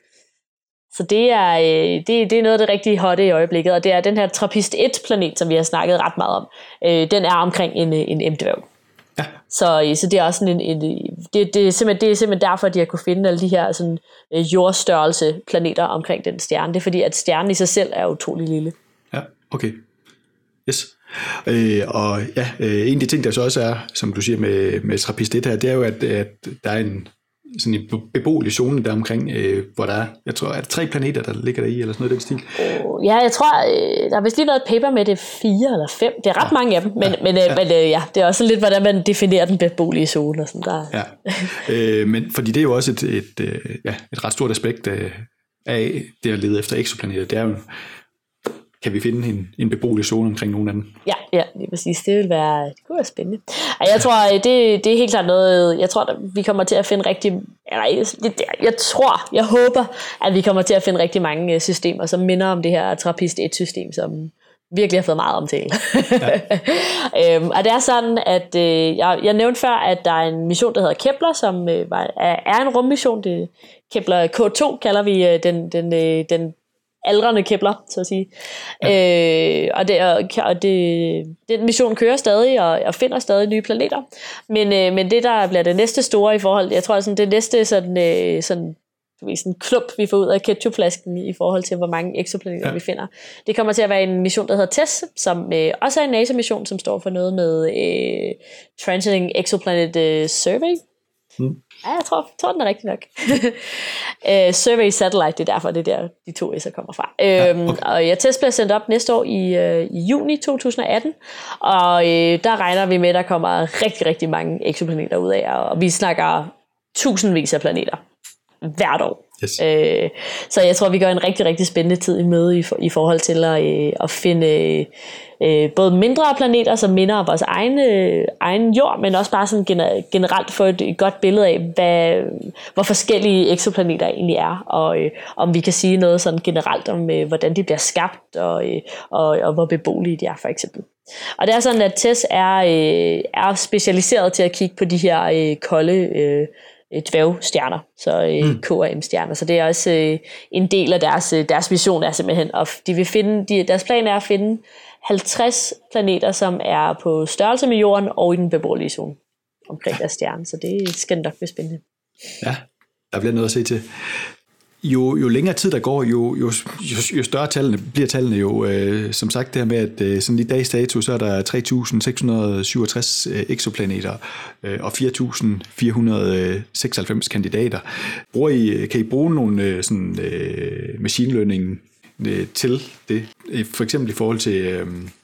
Så det er, det, det er noget af det rigtig hotte i øjeblikket, og det er den her Trappist et planet, som vi har snakket ret meget om. Den er omkring en, en M-dværg. Ja. Så, så det er også en, en det, det, er simpelthen, det er simpelthen derfor, at de har kunne finde alle de her sådan, jordstørrelse planeter omkring den stjerne. Det er fordi, at stjernen i sig selv er utrolig lille. Ja, okay. Yes. Øh, og ja, en af de ting, der så også er, som du siger med, med Trappist et her, det er jo, at, at der er en sådan en beboelig zone der omkring, øh, hvor der er, jeg tror, er det tre planeter, der ligger der i, eller sådan noget i den stil? Oh, ja, jeg tror, øh, der har vist lige været et paper med, det er fire eller fem. Det er ret ja. mange af dem, men, ja. men, øh, ja. men øh, ja, det er også lidt, hvordan man definerer den beboelige zone. Og sådan der. Ja, øh, men fordi det er jo også et, et, et, ja, et ret stort aspekt af, af det at lede efter eksoplaneter. Det er jo, kan vi finde en, en beboelig zone omkring nogle af dem? Ja, ja, lige præcis. Det vil være, det kunne være spændende. Og jeg tror, det, det er helt klart noget, jeg tror, at vi kommer til at finde rigtig, eller jeg, jeg tror, jeg håber, at vi kommer til at finde rigtig mange systemer, som minder om det her Trappist et system, som, virkelig har fået meget omtale. Ja. øhm, og det er sådan, at øh, jeg, jeg nævnte før, at der er en mission, der hedder Kepler, som øh, er, er en rummission. Det, Kepler K to kalder vi øh, den, den, øh, den aldrende Kepler, så at sige. Ja. Øh, og det, og det, den mission kører stadig og, og finder stadig nye planeter. Men, øh, men det, der bliver det næste store i forhold, jeg tror, sådan, det næste sådan, øh, sådan sådan en klump, vi får ud af ketchupflasken i forhold til, hvor mange eksoplaneter ja. vi finder. Det kommer til at være en mission, der hedder TESS, som øh, også er en NASA-mission, som står for noget med øh, Transiting Exoplanet øh, Survey. Hmm. Ja, jeg tror, tror den er rigtig nok. uh, Survey Satellite, det er derfor, det er der, de to S'er kommer fra. Ja, okay. øhm, og ja, TESS bliver sendt op næste år i, øh, i juni to tusind og atten, og øh, der regner vi med, at der kommer rigtig, rigtig mange eksoplaneter ud af, og vi snakker tusindvis af planeter hvert år. Yes. Øh, så jeg tror, vi gør en rigtig, rigtig spændende tid i møde i, for, i forhold til at, øh, at finde øh, både mindre planeter, som minder om vores egen, øh, egen jord, men også bare sådan gener, generelt få et, et godt billede af, hvad, hvor forskellige eksoplaneter egentlig er, og øh, om vi kan sige noget sådan generelt om, øh, hvordan de bliver skabt, og, øh, og, og hvor beboelige de er, for eksempel. Og det er sådan, at TESS er, øh, er specialiseret til at kigge på de her øh, kolde øh, dværgstjerner, så øh, mm. K og M-stjerner. Så det er også øh, en del af deres, deres mission er simpelthen, og de vil finde, de, deres plan er at finde halvtreds planeter, som er på størrelse med jorden og i den beboelige zone omkring deres stjerne. Så det skal nok blive spændende. Ja, der bliver noget at se til. Jo, jo længere tid der går, jo, jo, jo, jo større tallene, bliver tallene jo. Øh, som sagt, det her med, at øh, sådan i dags dato, så er der tre tusind seks hundrede syvogtres øh, eksoplaneter øh, og fire tusind fire hundrede seksoghalvfems kandidater. Bruger I, kan I bruge nogle øh, sådan, øh, machine learning øh, til det? For eksempel i forhold til øh,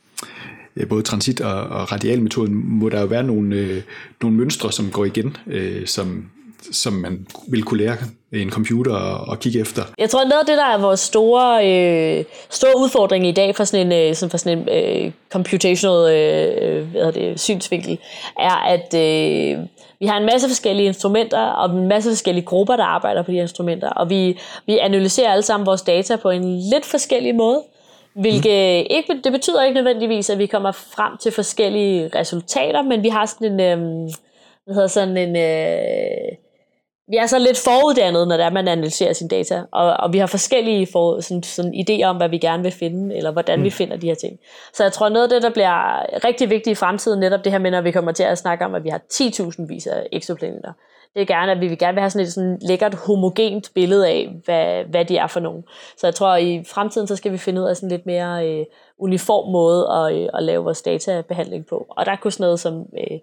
både transit og, og radialmetoden, må der jo være nogle, øh, nogle mønstre, som går igen, øh, som som man vil kunne lære en computer og, og kigge efter. Jeg tror, noget af det, der er vores store, øh, store udfordring i dag for sådan en, øh, sådan for sådan en øh, computational øh, hvad det, synsvinkel, er, at øh, vi har en masse forskellige instrumenter og en masse forskellige grupper, der arbejder på de instrumenter, og vi, vi analyserer alle sammen vores data på en lidt forskellig måde, hvilket mm. ikke, det betyder ikke nødvendigvis, at vi kommer frem til forskellige resultater, men vi har sådan en, øh, hvad hedder sådan en... Øh, Vi er så lidt foruddannet, når det er, man analyserer sine data, og, og vi har forskellige for, sådan, sådan idéer om, hvad vi gerne vil finde, eller hvordan mm. vi finder de her ting. Så jeg tror, noget af det, der bliver rigtig vigtigt i fremtiden, netop det her med, når vi kommer til at snakke om, at vi har ti tusind vis af eksoplaneter, det er gerne, at vi vil gerne vil have sådan et sådan lækkert, homogent billede af, hvad, hvad de er for nogen. Så jeg tror, at i fremtiden, så skal vi finde ud af sådan lidt mere øh, uniform måde at, øh, at lave vores databehandling på. Og der kunne sådan noget som... Øh,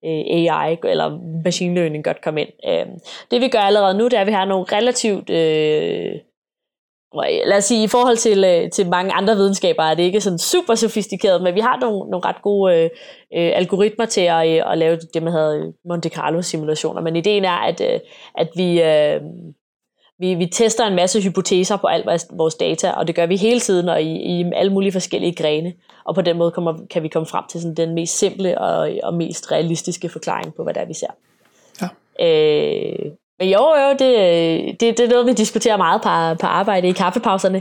A I eller machine learning godt komme ind. Det vi gør allerede nu, det er, at vi har nogle relativt, øh, lad os sige, i forhold til, til mange andre videnskaber, er det ikke sådan super sofistikeret, men vi har nogle, nogle ret gode øh, algoritmer til at, at lave det, man hedder Monte Carlo simulationer. Men ideen er, at, at vi... Øh, Vi, vi tester en masse hypoteser på alt vores data, og det gør vi hele tiden og i, i alle mulige forskellige grene. Og på den måde kommer, kan vi komme frem til sådan den mest simple og, og mest realistiske forklaring på, hvad det er, vi ser. Ja. Øh, men jo, jo, det, det, det er noget, vi diskuterer meget på, på arbejde i kaffepauserne.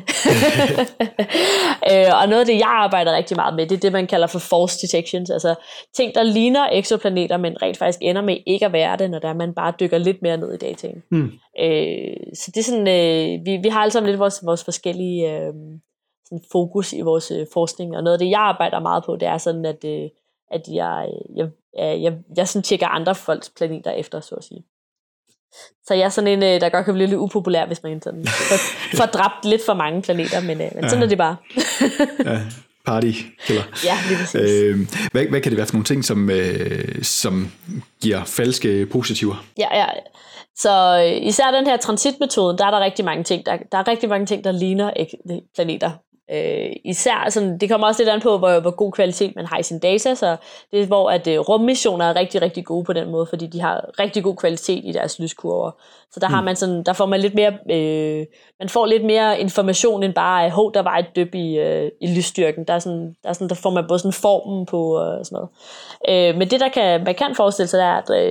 øh, og noget af det, jeg arbejder rigtig meget med, det er det, man kalder for false detections. Altså ting, der ligner eksoplaneter, men rent faktisk ender med ikke at være det, når der man bare dykker lidt mere ned i dataen. Mm. Øh, så det er sådan, øh, vi, vi har alle sammen lidt vores, vores forskellige øh, sådan fokus i vores øh, forskning, og noget af det, jeg arbejder meget på, det er sådan, at, øh, at jeg, jeg, jeg, jeg, jeg sådan tjekker andre folks planeter efter, så at sige. Så jeg er sådan en, der godt kan blive lidt upopulær, hvis man sådan får, får dræbt lidt for mange planeter, men, men sådan ja. er det bare. Ja, party killer. Ja, lige præcis. Øh, hvad, hvad kan det være for nogle ting, som, øh, som giver falske positiver? Ja, ja. Så især den her transitmetode, der er der rigtig mange ting, der, der er rigtig mange ting, der ligner planeter. Øh, især, sådan, det kommer også lidt an på, hvor, hvor god kvalitet man har i sin data, så det er, hvor at uh, rummissioner er rigtig, rigtig gode på den måde, fordi de har rigtig god kvalitet i deres lyskurver. Så der, mm. har man sådan, der får man lidt mere, øh, man får lidt mere information end bare, at hov, der var et dyb i, øh, i lysstyrken. Der, er sådan, der, er sådan, der får man både sådan formen på og sådan noget. Øh, men det, der kan, man kan forestille sig, er, at, øh,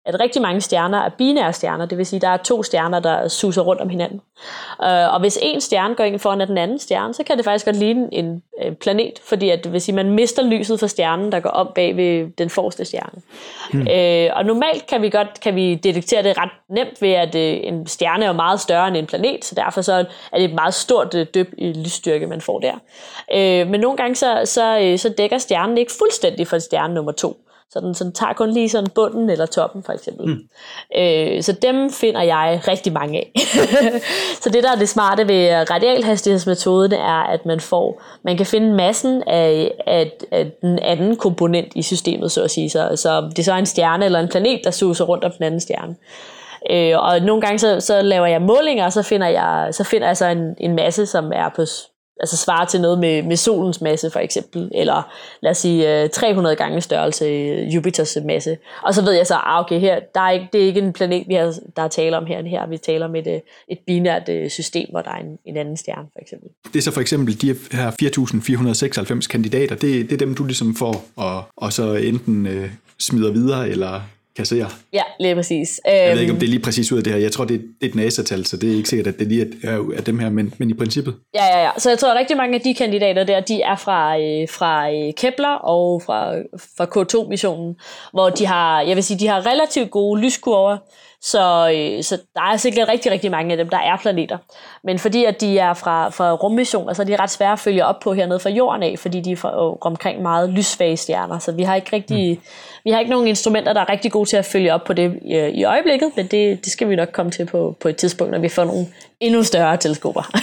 at rigtig mange stjerner er binære stjerner, det vil sige, at der er to stjerner, der suser rundt om hinanden. Øh, og hvis en stjerne går ind foran den anden stjerne, så kan det faktisk godt ligne en øh, planet, fordi at, det vil sige, at man mister lyset fra stjernen, der går op bag ved den forreste stjerne. Hmm. Øh, og normalt kan vi godt kan vi detektere det ret nemt ved, at øh, en stjerne er meget større end en planet, så derfor så er det et meget stort øh, dyb i lysstyrke, man får der. Øh, men nogle gange så, så, øh, så dækker stjernen ikke fuldstændig for stjerne nummer to. Så den, så den tager kun lige sådan bunden eller toppen, for eksempel. Mm. Øh, så dem finder jeg rigtig mange af. Så det, der er det smarte ved radialhastighedsmetoden, er, at man får, man kan finde massen af, af, af den anden komponent i systemet, så at sige. Så, så det er så en stjerne eller en planet, der suser rundt om den anden stjerne. Øh, og nogle gange så, så laver jeg målinger, og så finder jeg så, finder jeg så en, en masse, som er på... altså svarer til noget med, med solens masse for eksempel, eller lad os sige tre hundrede gange størrelse Jupiters masse. Og så ved jeg så, ah, okay, her, der er ikke, det er ikke en planet, vi har, der er tale om her. Her vi taler om et, et binært system, hvor der er en, en anden stjerne for eksempel. Det er så for eksempel de her fire tusind fire hundrede seksoghalvfems kandidater, det, det er dem, du ligesom får, og, og så enten øh, smider videre, eller... kasserer. Ja, lige præcis. Jeg ved ikke, om det er lige præcis ud af det her. Jeg tror, det er et NASA-tal, så det er ikke sikkert, at det lige er, er dem her, men, men i princippet. Ja, ja, ja. Så jeg tror, at rigtig mange af de kandidater der, de er fra, øh, fra Kepler og fra, fra K to missionen, hvor de har, jeg vil sige, de har relativt gode lyskurver, så, øh, så der er sikkert rigtig, rigtig mange af dem, der er planeter. Men fordi at de er fra, fra rummissioner, så er de ret svære at følge op på hernede fra jorden af, fordi de er fra, øh, omkring meget lyssvage stjerner, så vi har ikke rigtig... Mm. Vi har ikke nogen instrumenter, der er rigtig gode til at følge op på det i, i øjeblikket, men det, det skal vi nok komme til på, på et tidspunkt, når vi får nogle endnu større teleskoper.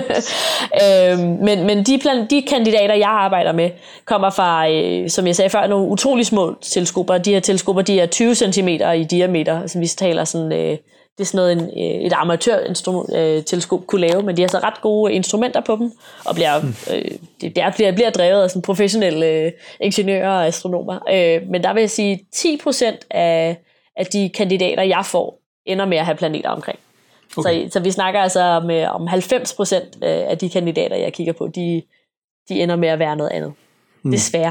øhm, men men de, plan, de kandidater, jeg arbejder med, kommer fra, øh, som jeg sagde før, nogle utrolig små teleskoper. De her teleskoper, de er tyve centimeter i diameter, altså vi taler sådan... Øh, det er sådan noget, en, et amatørteleskop kunne lave, men de har så ret gode instrumenter på dem, og bliver, øh, det der bliver, bliver drevet af sådan professionelle øh, ingeniører og astronomer. Øh, men der vil jeg sige, ti procent af, af de kandidater, jeg får, ender med at have planeter omkring. Okay. Så, så vi snakker altså med, om halvfems procent af de kandidater, jeg kigger på, de, de ender med at være noget andet. Mm. Desværre.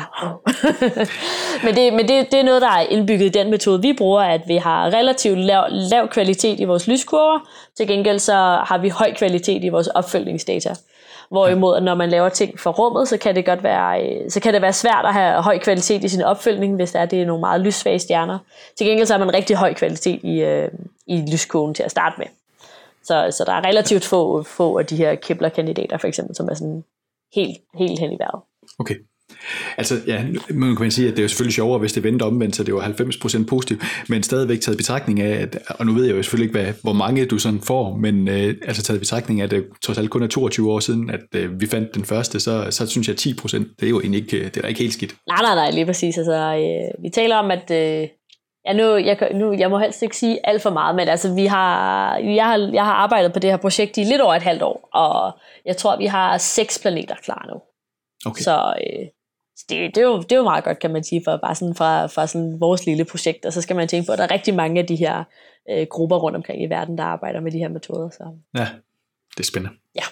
men det, men det, det er noget, der er indbygget i den metode, vi bruger, at vi har relativt lav, lav kvalitet i vores lyskurver. Til gengæld så har vi høj kvalitet i vores opfølgningsdata. Hvorimod, når man laver ting for rummet, så kan det godt være, så kan det være svært at have høj kvalitet i sin opfølgning, hvis det er, det er nogle meget lyssvage stjerner. Til gengæld så har man rigtig høj kvalitet i, øh, i lyskurven til at starte med. Så, så der er relativt få, få af de her Kepler-kandidater, for eksempel, som er sådan helt, helt hen i vejret. Okay. Altså, ja, man kan sige, at det er jo selvfølgelig sjovere, hvis det venter omvendt, så det var halvfems procent positivt, men stadigvæk taget betragtning af, at, og nu ved jeg jo selvfølgelig ikke, hvad, hvor mange du sådan får, men øh, altså taget betragtning af, at det trods alt kun er toogtyve år siden, at øh, vi fandt den første, så, så synes jeg, at ti procent, det er jo egentlig ikke, det er da ikke helt skidt. Nej, nej, nej, lige præcis. Altså, øh, vi taler om, at øh, ja, nu, jeg, nu, jeg må helst ikke sige alt for meget, men altså, vi har, jeg, har, jeg har arbejdet på det her projekt i lidt over et halvt år, og jeg tror, vi har seks planeter klar nu. Okay. Så... Øh, Det, det, er jo, det er jo meget godt, kan man sige, for bare sådan fra, fra sådan vores lille projekt. Og så skal man tænke på, at der er rigtig mange af de her øh, grupper rundt omkring i verden, der arbejder med de her metoder. Så. Ja, det er spændende. Ja,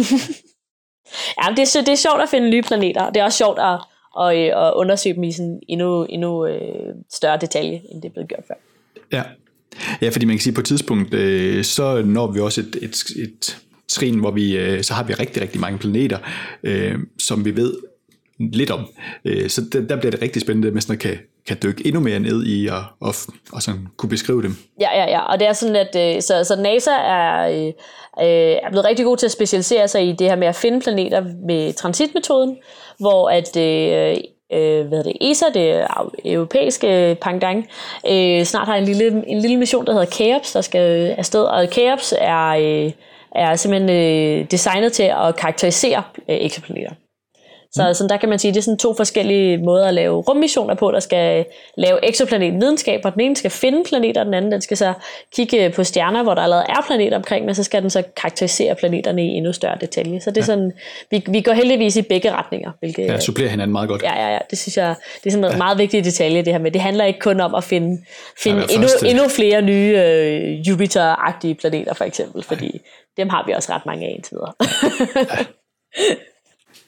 ja det, er, det er sjovt at finde nye planeter. Det er også sjovt at, at, at undersøge dem i sådan endnu, endnu øh, større detalje, end det er blevet gjort før. Ja, ja, fordi man kan sige, på et tidspunkt, øh, så når vi også et, et, et trin, hvor vi, øh, så har vi rigtig, rigtig mange planeter, øh, som vi ved lidt om. Så der bliver det rigtig spændende, at man kan, kan dykke endnu mere ned i og, og, og sådan kunne beskrive dem. Ja, ja, ja. Og det er sådan, at så, så NASA er, øh, er blevet rigtig god til at specialisere sig i det her med at finde planeter med transitmetoden, hvor at øh, øh, hvad det, E S A, det europæiske pendant, øh, snart har en lille, en lille mission, der hedder CHEOPS, der skal afsted. Og CHEOPS er, øh, er simpelthen øh, designet til at karakterisere øh, eksoplaneter. Så sådan, der kan man sige, at det er sådan to forskellige måder at lave rummissioner på, der skal lave eksoplanet-videnskab, og den ene skal finde planeter, og den anden den skal så kigge på stjerner, hvor der allerede er planeter omkring, men så skal den så karakterisere planeterne i endnu større detalje. Så det er ja. sådan, vi, vi går heldigvis i begge retninger. Hvilket, ja, supplerer hinanden meget godt. Ja, ja, ja, det synes jeg, det er sådan noget ja. meget vigtigt detalje, det her med. Det handler ikke kun om at finde, finde ja, endnu, endnu flere nye øh, Jupiter-agtige planeter, for eksempel, fordi Ej. dem har vi også ret mange af indtil videre. Ja.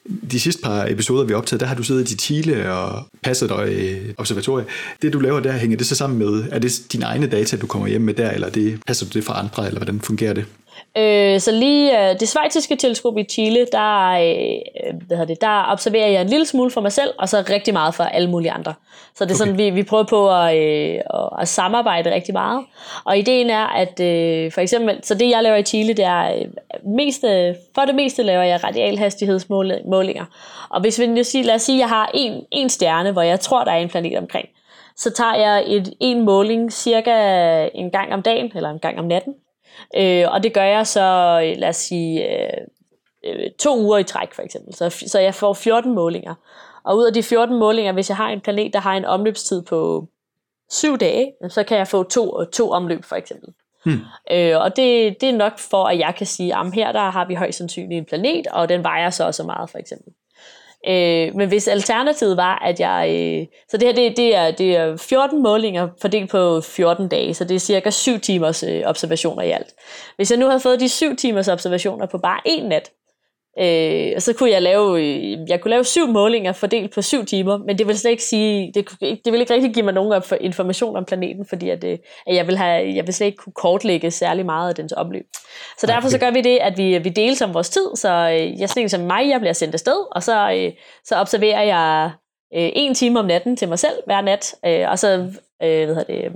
de sidste par episoder, vi har optaget, der har du siddet i Chile og passet dig i observatoriet. Det, du laver der, hænger det så sammen med, er det dine egne data, du kommer hjem med der, eller det, passer du det fra andre, eller hvordan fungerer det? Øh, så lige øh, det schweiziske teleskop i Chile, der, øh, hvad hedder det, der observerer jeg en lille smule for mig selv, og så rigtig meget for alle mulige andre. Så det er okay. Sådan, vi, vi prøver på at, øh, at samarbejde rigtig meget. Og ideen er, at øh, for eksempel, så det jeg laver i Chile, det er øh, meste, for det meste laver jeg radialhastighedsmålinger. Og hvis vi nu siger, lad os sige, at jeg har en, en stjerne, hvor jeg tror, der er en planet omkring, så tager jeg et, en måling cirka en gang om dagen, eller en gang om natten. Øh, og det gør jeg så, lad os sige, øh, to uger i træk for eksempel. Så, så jeg får fjorten målinger. Og ud af de fjorten målinger, hvis jeg har en planet, der har en omløbstid på syv dage, så kan jeg få to, to omløb for eksempel. Hmm. Øh, og det, det er nok for, at jeg kan sige, at her der har vi højst sandsynligt en planet, og den vejer så også meget for eksempel. Øh, men hvis alternativet var, at jeg... Øh, så det her, det, det, er, det er fjorten målinger fordelt på fjorten dage, så det er cirka syv timers øh, observationer i alt. Hvis jeg nu havde fået de syv timers observationer på bare en nat, øh, så kunne jeg lave, øh, jeg kunne lave syv målinger fordelt på syv timer, men det vil slet ikke sige, det, det vil ikke rigtig give mig nogen information om planeten, fordi at, øh, at jeg, vil have, jeg vil slet ikke kunne kortlægge særlig meget af dens omløb. Så derfor så gør vi det, at vi, vi deler om vores tid, så øh, jeg sådan en som mig, jeg bliver sendt afsted, og så, øh, så observerer jeg øh, en time om natten til mig selv hver nat, øh, og så øh, hvad hedder det,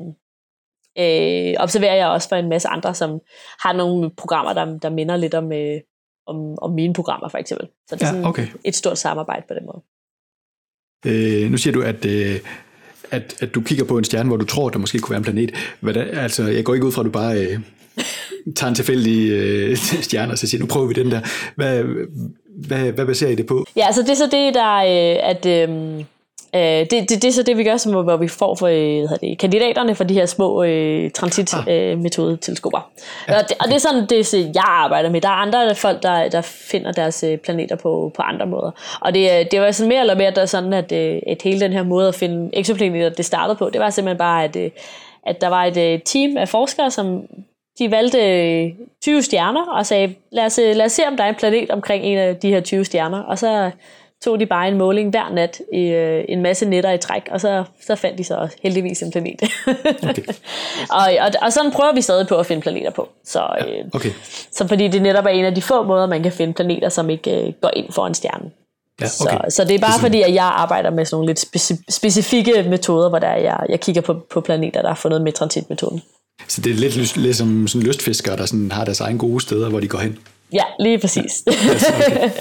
øh, observerer jeg også for en masse andre, som har nogle programmer, der, der minder lidt om, øh, om, om mine programmer for eksempel. Så det er sådan ja, okay. et stort samarbejde på den måde. Øh, nu siger du, at... Øh At, at du kigger på en stjerne, hvor du tror, der måske kunne være en planet. Hvordan, altså, jeg går ikke ud fra, at du bare øh, tager en tilfældig øh, stjerne og så siger, nu prøver vi den der. Hvad, hvad, hvad baserer I det på? Ja, altså det er så det, der øh, at øh, det, det, det er så det, vi gør, som, hvor vi får for øh, det, kandidaterne for de her små øh, transitmetodeteleskoper. Ah. Øh, og, det, og det er sådan, det jeg arbejder med. Der er andre folk, der, der finder deres planeter på, på andre måder. Og det, det var sådan mere eller mere der sådan, at, at hele den her måde at finde eksoplaneter, det startede på, det var simpelthen bare, at, at der var et team af forskere, som de valgte tyve stjerner og sagde, lad os, lad os se, om der er en planet omkring en af de her tyve stjerner. Og så tog de bare en måling hver nat i øh, en masse nætter i træk, og så, så fandt de så også heldigvis en planet. Okay. og, og, og sådan prøver vi stadig på at finde planeter på. Så, øh, okay. så fordi det netop er en af de få måder, man kan finde planeter, som ikke øh, går ind for en stjerne. Ja, okay. så, så det er bare det er fordi, at jeg arbejder med sådan nogle lidt speci- specifikke metoder, hvor der jeg, jeg kigger på, på planeter, der har fundet med transitmetoden. Så det er lidt lyst, ligesom sådan lystfiskere, der sådan har deres egen gode steder, hvor de går hen? Ja, lige præcis. Okay.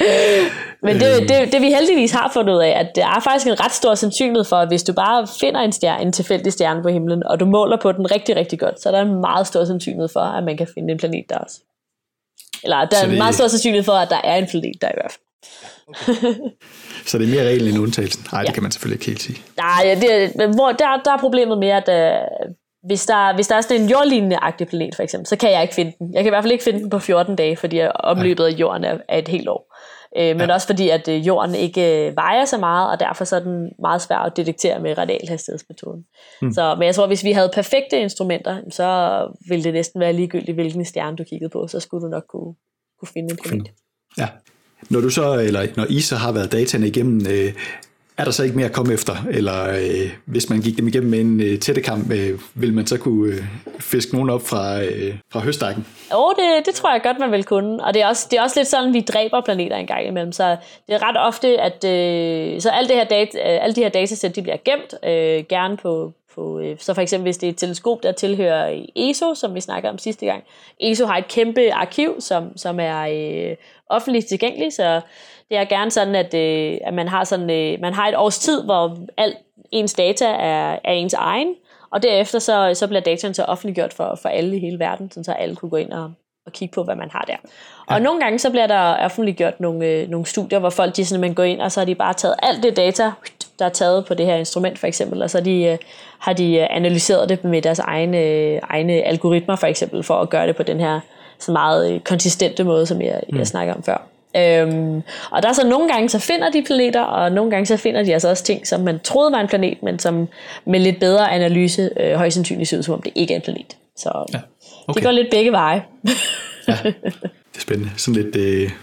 Men det, det, det vi heldigvis har fundet ud af, at der er faktisk en ret stor sandsynlighed for, at hvis du bare finder en, stjerne, en tilfældig stjerne på himlen, og du måler på den rigtig, rigtig godt, så er der en meget stor sandsynlighed for, at man kan finde en planet der også. Eller der er det... en meget stor sandsynlighed for, at der er en planet der i hvert fald. Okay. Så det er mere reglen end undtagelsen? Nej, ja. Det kan man selvfølgelig ikke helt sige. Nej, det, hvor, der, der er problemet med, at uh, hvis, der, hvis der er sådan en jordlignende-agtig planet for eksempel, så kan jeg ikke finde den. Jeg kan i hvert fald ikke finde den på fjorten dage, fordi omløbet af jorden er, er et helt år. Uh, men ja. Også fordi, at uh, jorden ikke uh, vejer så meget, og derfor så er den meget svær at detektere med radialhastighedsmetoden. Hmm. Så, men jeg tror, hvis vi havde perfekte instrumenter, så ville det næsten være ligegyldigt, hvilken stjerne du kiggede på, så skulle du nok kunne, kunne finde en planet. Ja. Når du så, eller når I så har været dataene igennem, øh, er der så ikke mere at komme efter? Eller øh, hvis man gik dem igennem med en øh, tættekamp, øh, vil man så kunne øh, fiske nogen op fra, øh, fra høstakken? Jo, det, det tror jeg godt, man vil kunne. Og det er, også, det er også lidt sådan, vi dræber planeter en gang imellem. Så det er ret ofte, at øh, så alle, det her data, øh, alle de her datasæt, de bliver gemt, øh, gerne på, på øh, så for eksempel hvis det er et teleskop, der tilhører E S O, som vi snakkede om sidste gang. E S O har et kæmpe arkiv, som, som er øh, offentligt tilgængeligt, så det er gerne sådan, at, øh, at man, har sådan, øh, man har et års tid, hvor al ens data er, er ens egen, og derefter så, så bliver dataen så offentliggjort for, for alle i hele verden, så alle kunne gå ind og, og kigge på, hvad man har der. Og ja. Nogle gange så bliver der offentliggjort nogle, øh, nogle studier, hvor folk de sådan, man går ind, og så har de bare taget alt det data, der er taget på det her instrument for eksempel, og så de, øh, har de analyseret det med deres egne, øh, egne algoritmer for eksempel, for at gøre det på den her så meget øh, konsistente måde, som jeg, mm. jeg snakker om før. Øhm, og der er så nogle gange så finder de planeter, og nogle gange så finder de altså også ting, som man troede var en planet, men som med lidt bedre analyse øh, højst sandsynligt ser ud, som om det ikke er en planet. Så ja, okay. Det går lidt begge veje. Ja, det er spændende. Sådan lidt øh,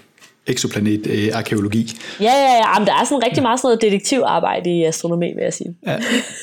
eksoplanet-arkeologi. Ja, ja, ja. Men der er sådan rigtig meget sådan noget detektivarbejde i astronomi, vil jeg sige. Ja.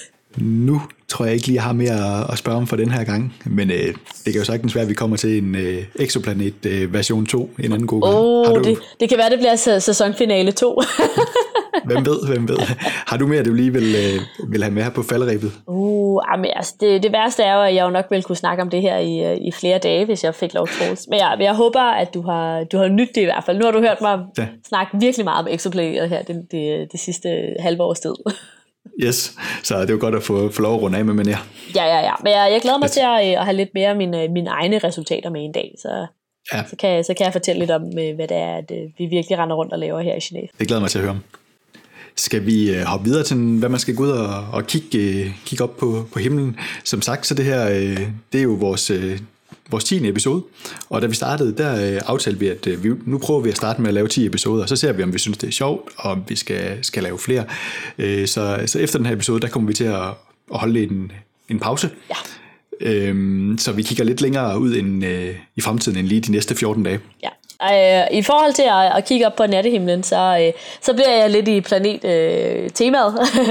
Nu tror jeg ikke lige, jeg har mere at spørge om for den her gang, men øh, det kan jo sagtens være, at vi kommer til en øh, Exoplanet øh, version to en anden god gang. Oh, du... det, det kan være, det bliver sæsonfinale to. Hvem ved, hvem ved. Har du mere, du lige vil, øh, vil have med her på falderebet? Uh, jamen, altså, det, det værste er jo, at jeg jo nok ville kunne snakke om det her i, i flere dage, hvis jeg fik lov til. Men jeg, jeg håber, at du har, du har nydt det i hvert fald. Nu har du hørt mig ja. snakke virkelig meget om Exoplanet her det, det, det sidste halve års tid. Yes, så det er jo godt at få, få lov at runde af med, men ja. Ja, ja, ja. Men jeg, jeg glæder mig yes. til at, at have lidt mere af mine, mine egne resultater med en dag, så, ja. så, kan, så kan jeg fortælle lidt om, hvad det er, at vi virkelig render rundt og laver her i Genève. Det glæder mig til at høre om. Skal vi hoppe videre til, hvad man skal gå ud og, og kigge, kigge op på, på himlen? Som sagt, så det her, det er jo vores... vores tiende episode, og da vi startede, der aftalte vi, at vi, nu prøver vi at starte med at lave ti episoder, og så ser vi, om vi synes, det er sjovt, og om vi skal, skal lave flere. Så, så efter den her episode, der kommer vi til at, at holde en, en pause. Ja. Øhm, så vi kigger lidt længere ud end, øh, i fremtiden, end lige de næste fjorten dage. Ja. I forhold til at, at kigge op på nattehimlen, så, så bliver jeg lidt i planet-temaet.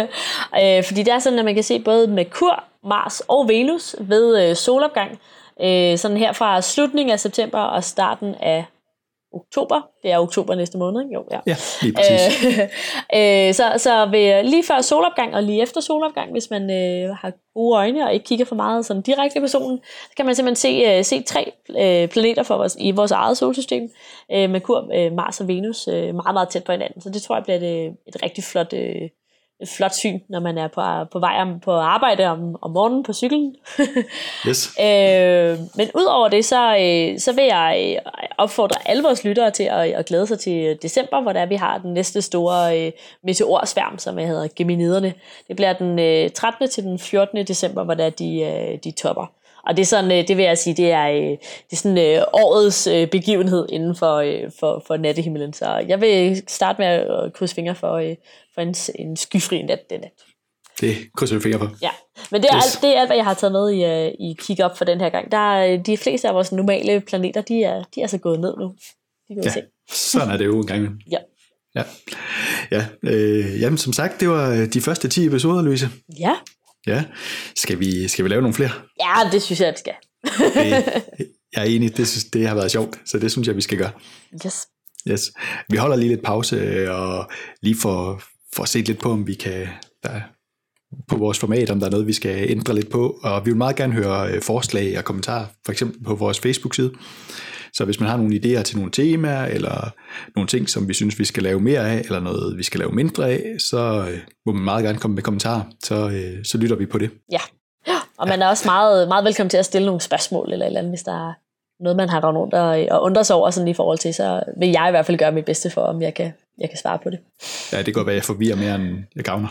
Øh, fordi det er sådan, at man kan se både Merkur, Mars og Venus ved øh, solopgang. Øh, sådan her fra slutningen af september og starten af oktober. Det er oktober næste måned, ikke? Jo, ja. Ja, lige præcis. Øh, øh, så, så ved, lige før solopgang og lige efter solopgang, hvis man øh, har gode øjne og ikke kigger for meget sådan direkte på solen, så kan man simpelthen se, øh, se tre øh, planeter for vores, i vores eget solsystem. Øh, Merkur, øh, Mars og Venus øh, meget, meget tæt på hinanden. Så det tror jeg bliver et, et rigtig flot... Øh, et flot syn, når man er på, på vej om, på arbejde om, om morgenen på cyklen. Yes. øh, men udover det, så, øh, så vil jeg opfordre alle vores lyttere til at, at glæde sig til december, hvor der vi har den næste store øh, meteorsværm, som hedder Geminiderne. Det bliver den øh, trettende til den fjortende december, hvor der de, øh, de topper. Og det er sådan, det vil jeg sige, det er, det er sådan årets begivenhed inden for, for, for nattehimlen. Så jeg vil starte med at krydse fingre for, for en, en skyfri nat den nat. Det krydser vi fingre på. Ja, men det er, yes. alt, det er alt, hvad jeg har taget med i, i Kig Op for den her gang. Der er, de fleste af vores normale planeter, de er, de er så gået ned nu. De ja, se. Sådan er det jo en gang. Ja. Ja, ja øh, jamen som sagt, det var de første ti episoder, Louise. Ja. Ja, skal vi, skal vi lave nogle flere? Ja, det synes jeg, at vi skal. det, jeg er enig, det, synes, det har været sjovt, så det synes jeg, vi skal gøre. Yes. Yes. Vi holder lige lidt pause, og lige for, for at se lidt på, om vi kan, der, på vores format, om der er noget, vi skal ændre lidt på, og vi vil meget gerne høre forslag og kommentarer, for eksempel på vores Facebook-side. Så hvis man har nogle idéer til nogle temaer, eller nogle ting, som vi synes, vi skal lave mere af, eller noget, vi skal lave mindre af, så øh, må man meget gerne komme med kommentarer, så, øh, så lytter vi på det. Ja, og man er også meget, meget velkommen til at stille nogle spørgsmål, eller et eller andet, hvis der er noget, man har rundt og, og undrer sig over sådan i forhold til, så vil jeg i hvert fald gøre mit bedste for, om jeg kan, jeg kan svare på det. Ja, det kan godt være, jeg forvirrer mere, end jeg gavner.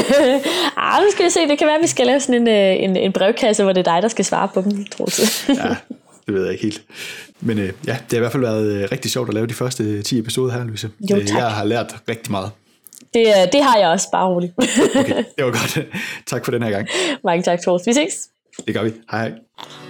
ah, nu skal vi se, det kan være, at vi skal lave sådan en, en, en brevkasse, hvor det er dig, der skal svare på dem, tror jeg. Ja. Det ved jeg ikke helt. Men øh, ja, det har i hvert fald været øh, rigtig sjovt at lave de første ti episoder her, Louise. Jo, tak. Jeg har lært rigtig meget. Det, det har jeg også, bare roligt. Okay, det var godt. Tak for den her gang. Mange tak, Troels. Vi ses. Det gør vi. Hej hej.